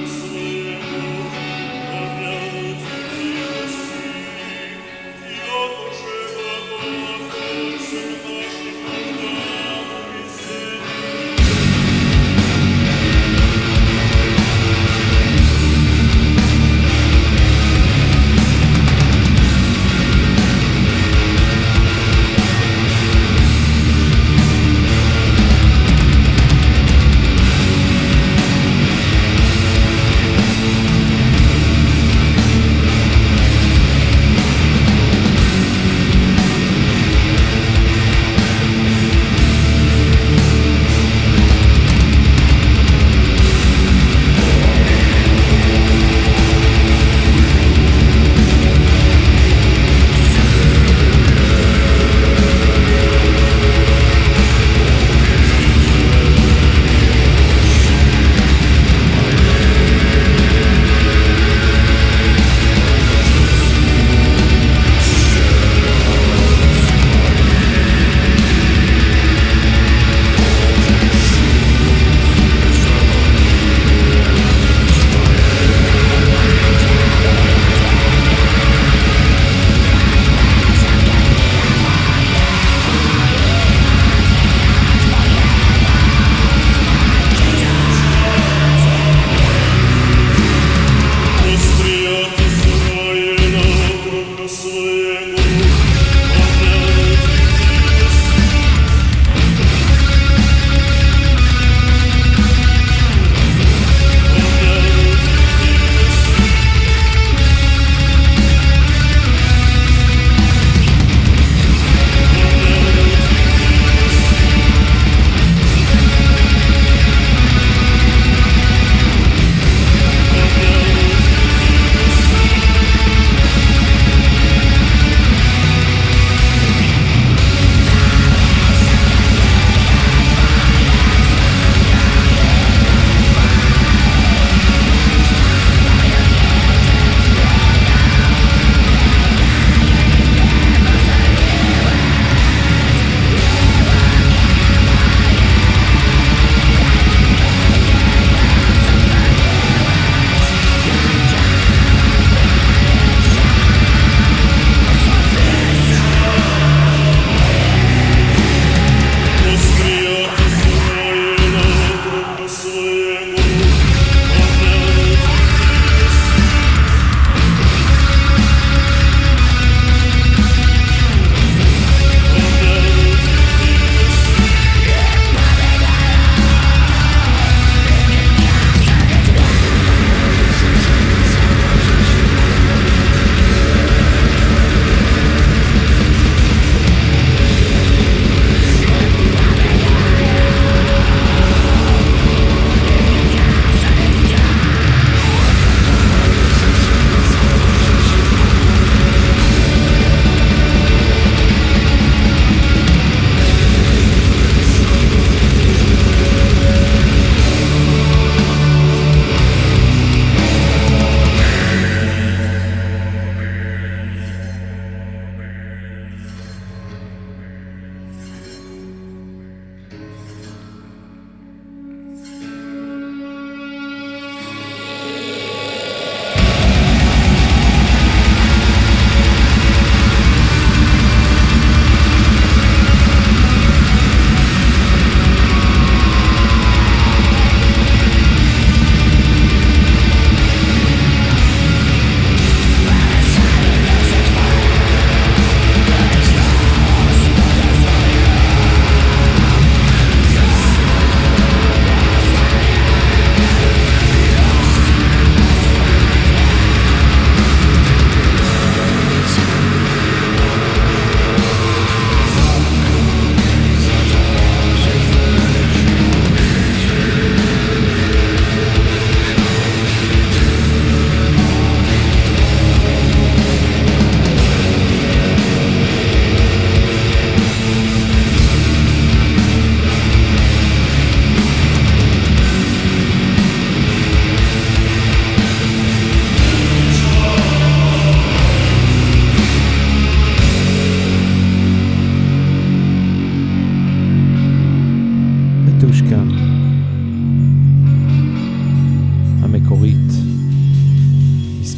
Io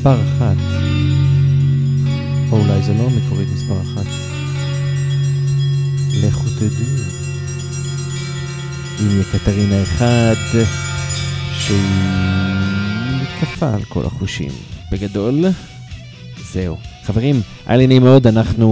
מספר 1. או אולי זה לא מקורית מספר 1. לכו תדעו. עם יקטרינה 1 שהיא מתקפה על כל החושים. בגדול, זהו. חברים, היה לי נעים מאוד,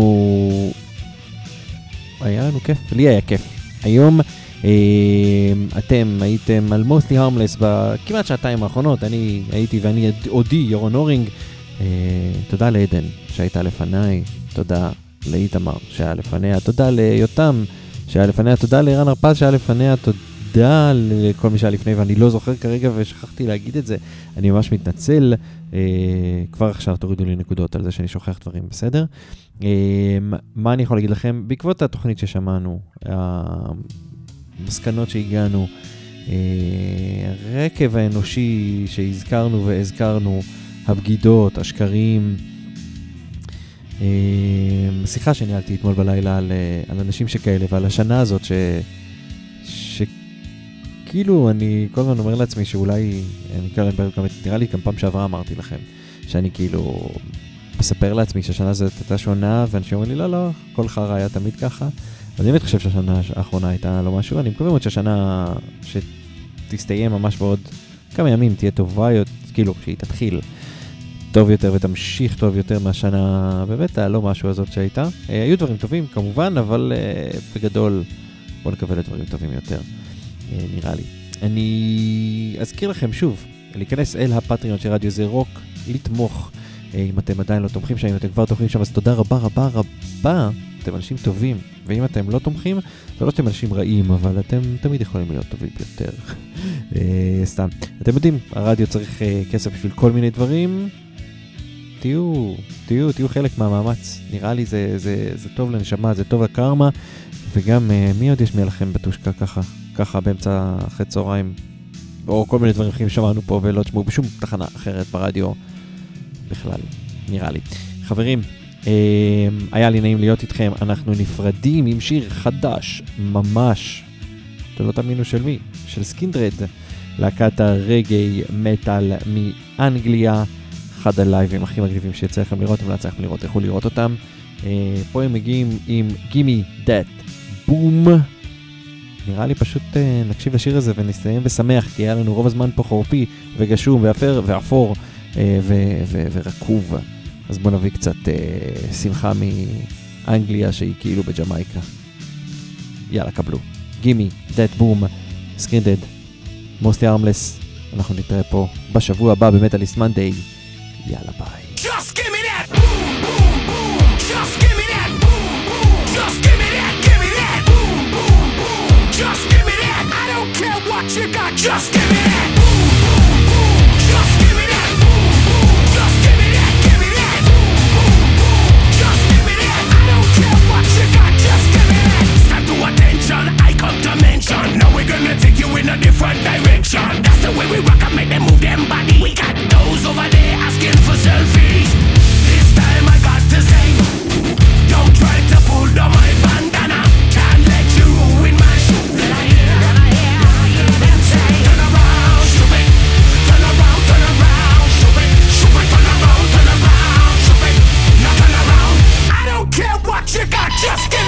היה לנו כיף, לי היה כיף. היום אתם הייתם על Mostly Harmless בכמעט שעתיים האחרונות, אני הייתי ואני עודי, ירון אורינג. תודה לעדן שהייתה לפניי, תודה לאיתמר שהיה לפניה, תודה ליותם שהיה לפניה, תודה לערן הרפז שהיה לפניה, תודה לכל מי שהיה לפני ואני לא זוכר כרגע ושכחתי להגיד את זה, אני ממש מתנצל. כבר עכשיו תורידו לי נקודות על זה שאני שוכח דברים, בסדר? מה אני יכול להגיד לכם? בעקבות התוכנית ששמענו, המסקנות שהגענו, הרקב האנושי שהזכרנו והזכרנו, הבגידות, השקרים, שיחה שניהלתי אתמול בלילה על אנשים שכאלה ועל השנה הזאת שכאילו אני כל הזמן אומר לעצמי שאולי, נראה לי גם פעם שעברה אמרתי לכם, שאני כאילו מספר לעצמי שהשנה הזאת הייתה שונה, ואנשים אומרים לי לא, כל חרה היה תמיד ככה. אז אני באמת חושב שהשנה האחרונה הייתה לא משהו, אני מקווה מאוד שהשנה שתסתיים ממש בעוד כמה ימים תהיה טובה, כאילו שהיא תתחיל טוב יותר ותמשיך טוב יותר מהשנה באמת הלא משהו הזאת שהייתה. היו דברים טובים כמובן, אבל בגדול בואו נקווה לדברים טובים יותר, נראה לי. אני אזכיר לכם שוב, להיכנס אל הפטריון של רדיו זה רוק, לתמוך. אם אתם עדיין לא תומכים שם, אם אתם כבר תומכים שם, אז תודה רבה רבה רבה, אתם אנשים טובים. ואם אתם לא תומכים, זה לא שאתם אנשים רעים, אבל אתם תמיד יכולים להיות טובים יותר. סתם. אתם יודעים, הרדיו צריך כסף בשביל כל מיני דברים. תהיו חלק מהמאמץ. נראה לי זה טוב לנשמה, זה טוב לקרמה, וגם מי עוד ישמיע לכם בטושקה ככה באמצע אחרי צהריים, או כל מיני דברים אחרים שמענו פה ולא תשמעו בשום תחנה אחרת ברדיו בכלל, נראה לי. חברים, היה לי נעים להיות איתכם, אנחנו נפרדים עם שיר חדש, ממש, אתם לא תאמינו של מי, של סקינדרד, להקת הרגעי מטל מאנגליה, אחד הלייבים הכי מגניבים שיצא לכם לראות, אם לא צריך לראות, יכולו לראות אותם. פה הם מגיעים עם Gimme That Boom. נראה לי פשוט נקשיב לשיר הזה ונסיים ושמח, כי היה לנו רוב הזמן פה חורפי וגשום ואפור ורקוב. אז בוא נביא קצת שמחה מאנגליה שהיא כאילו בג'מייקה. יאללה, קבלו. Gimme That Boom, Screened, Mostly Harmless. אנחנו נתראה פה בשבוע הבא במטליסט מנדיי. יאללה, ביי. Just give me that boom, boom, boom. Just give me that boom, boom. Just give me that, give me that boom, boom, boom. Just give me that. I don't care what you got. Just give me that boom, boom, boom. Just give me that boom, boom. Just give me that, give me that boom, boom, boom. Just give me that. I don't care what you got. Just give me that. Stand to attention. I come to mention. Now we're gonna take you in a different direction. That's the way we rock and make them move them body. We got those over there asking for selfies. This time I got to say, don't try to pull down my bandana. Can't let you ruin my shoe. Then I hear them say, turn around, shoot it. Turn around, shoot it. Shoot it, turn around, shoot it. Now turn around. I don't care what you got, just get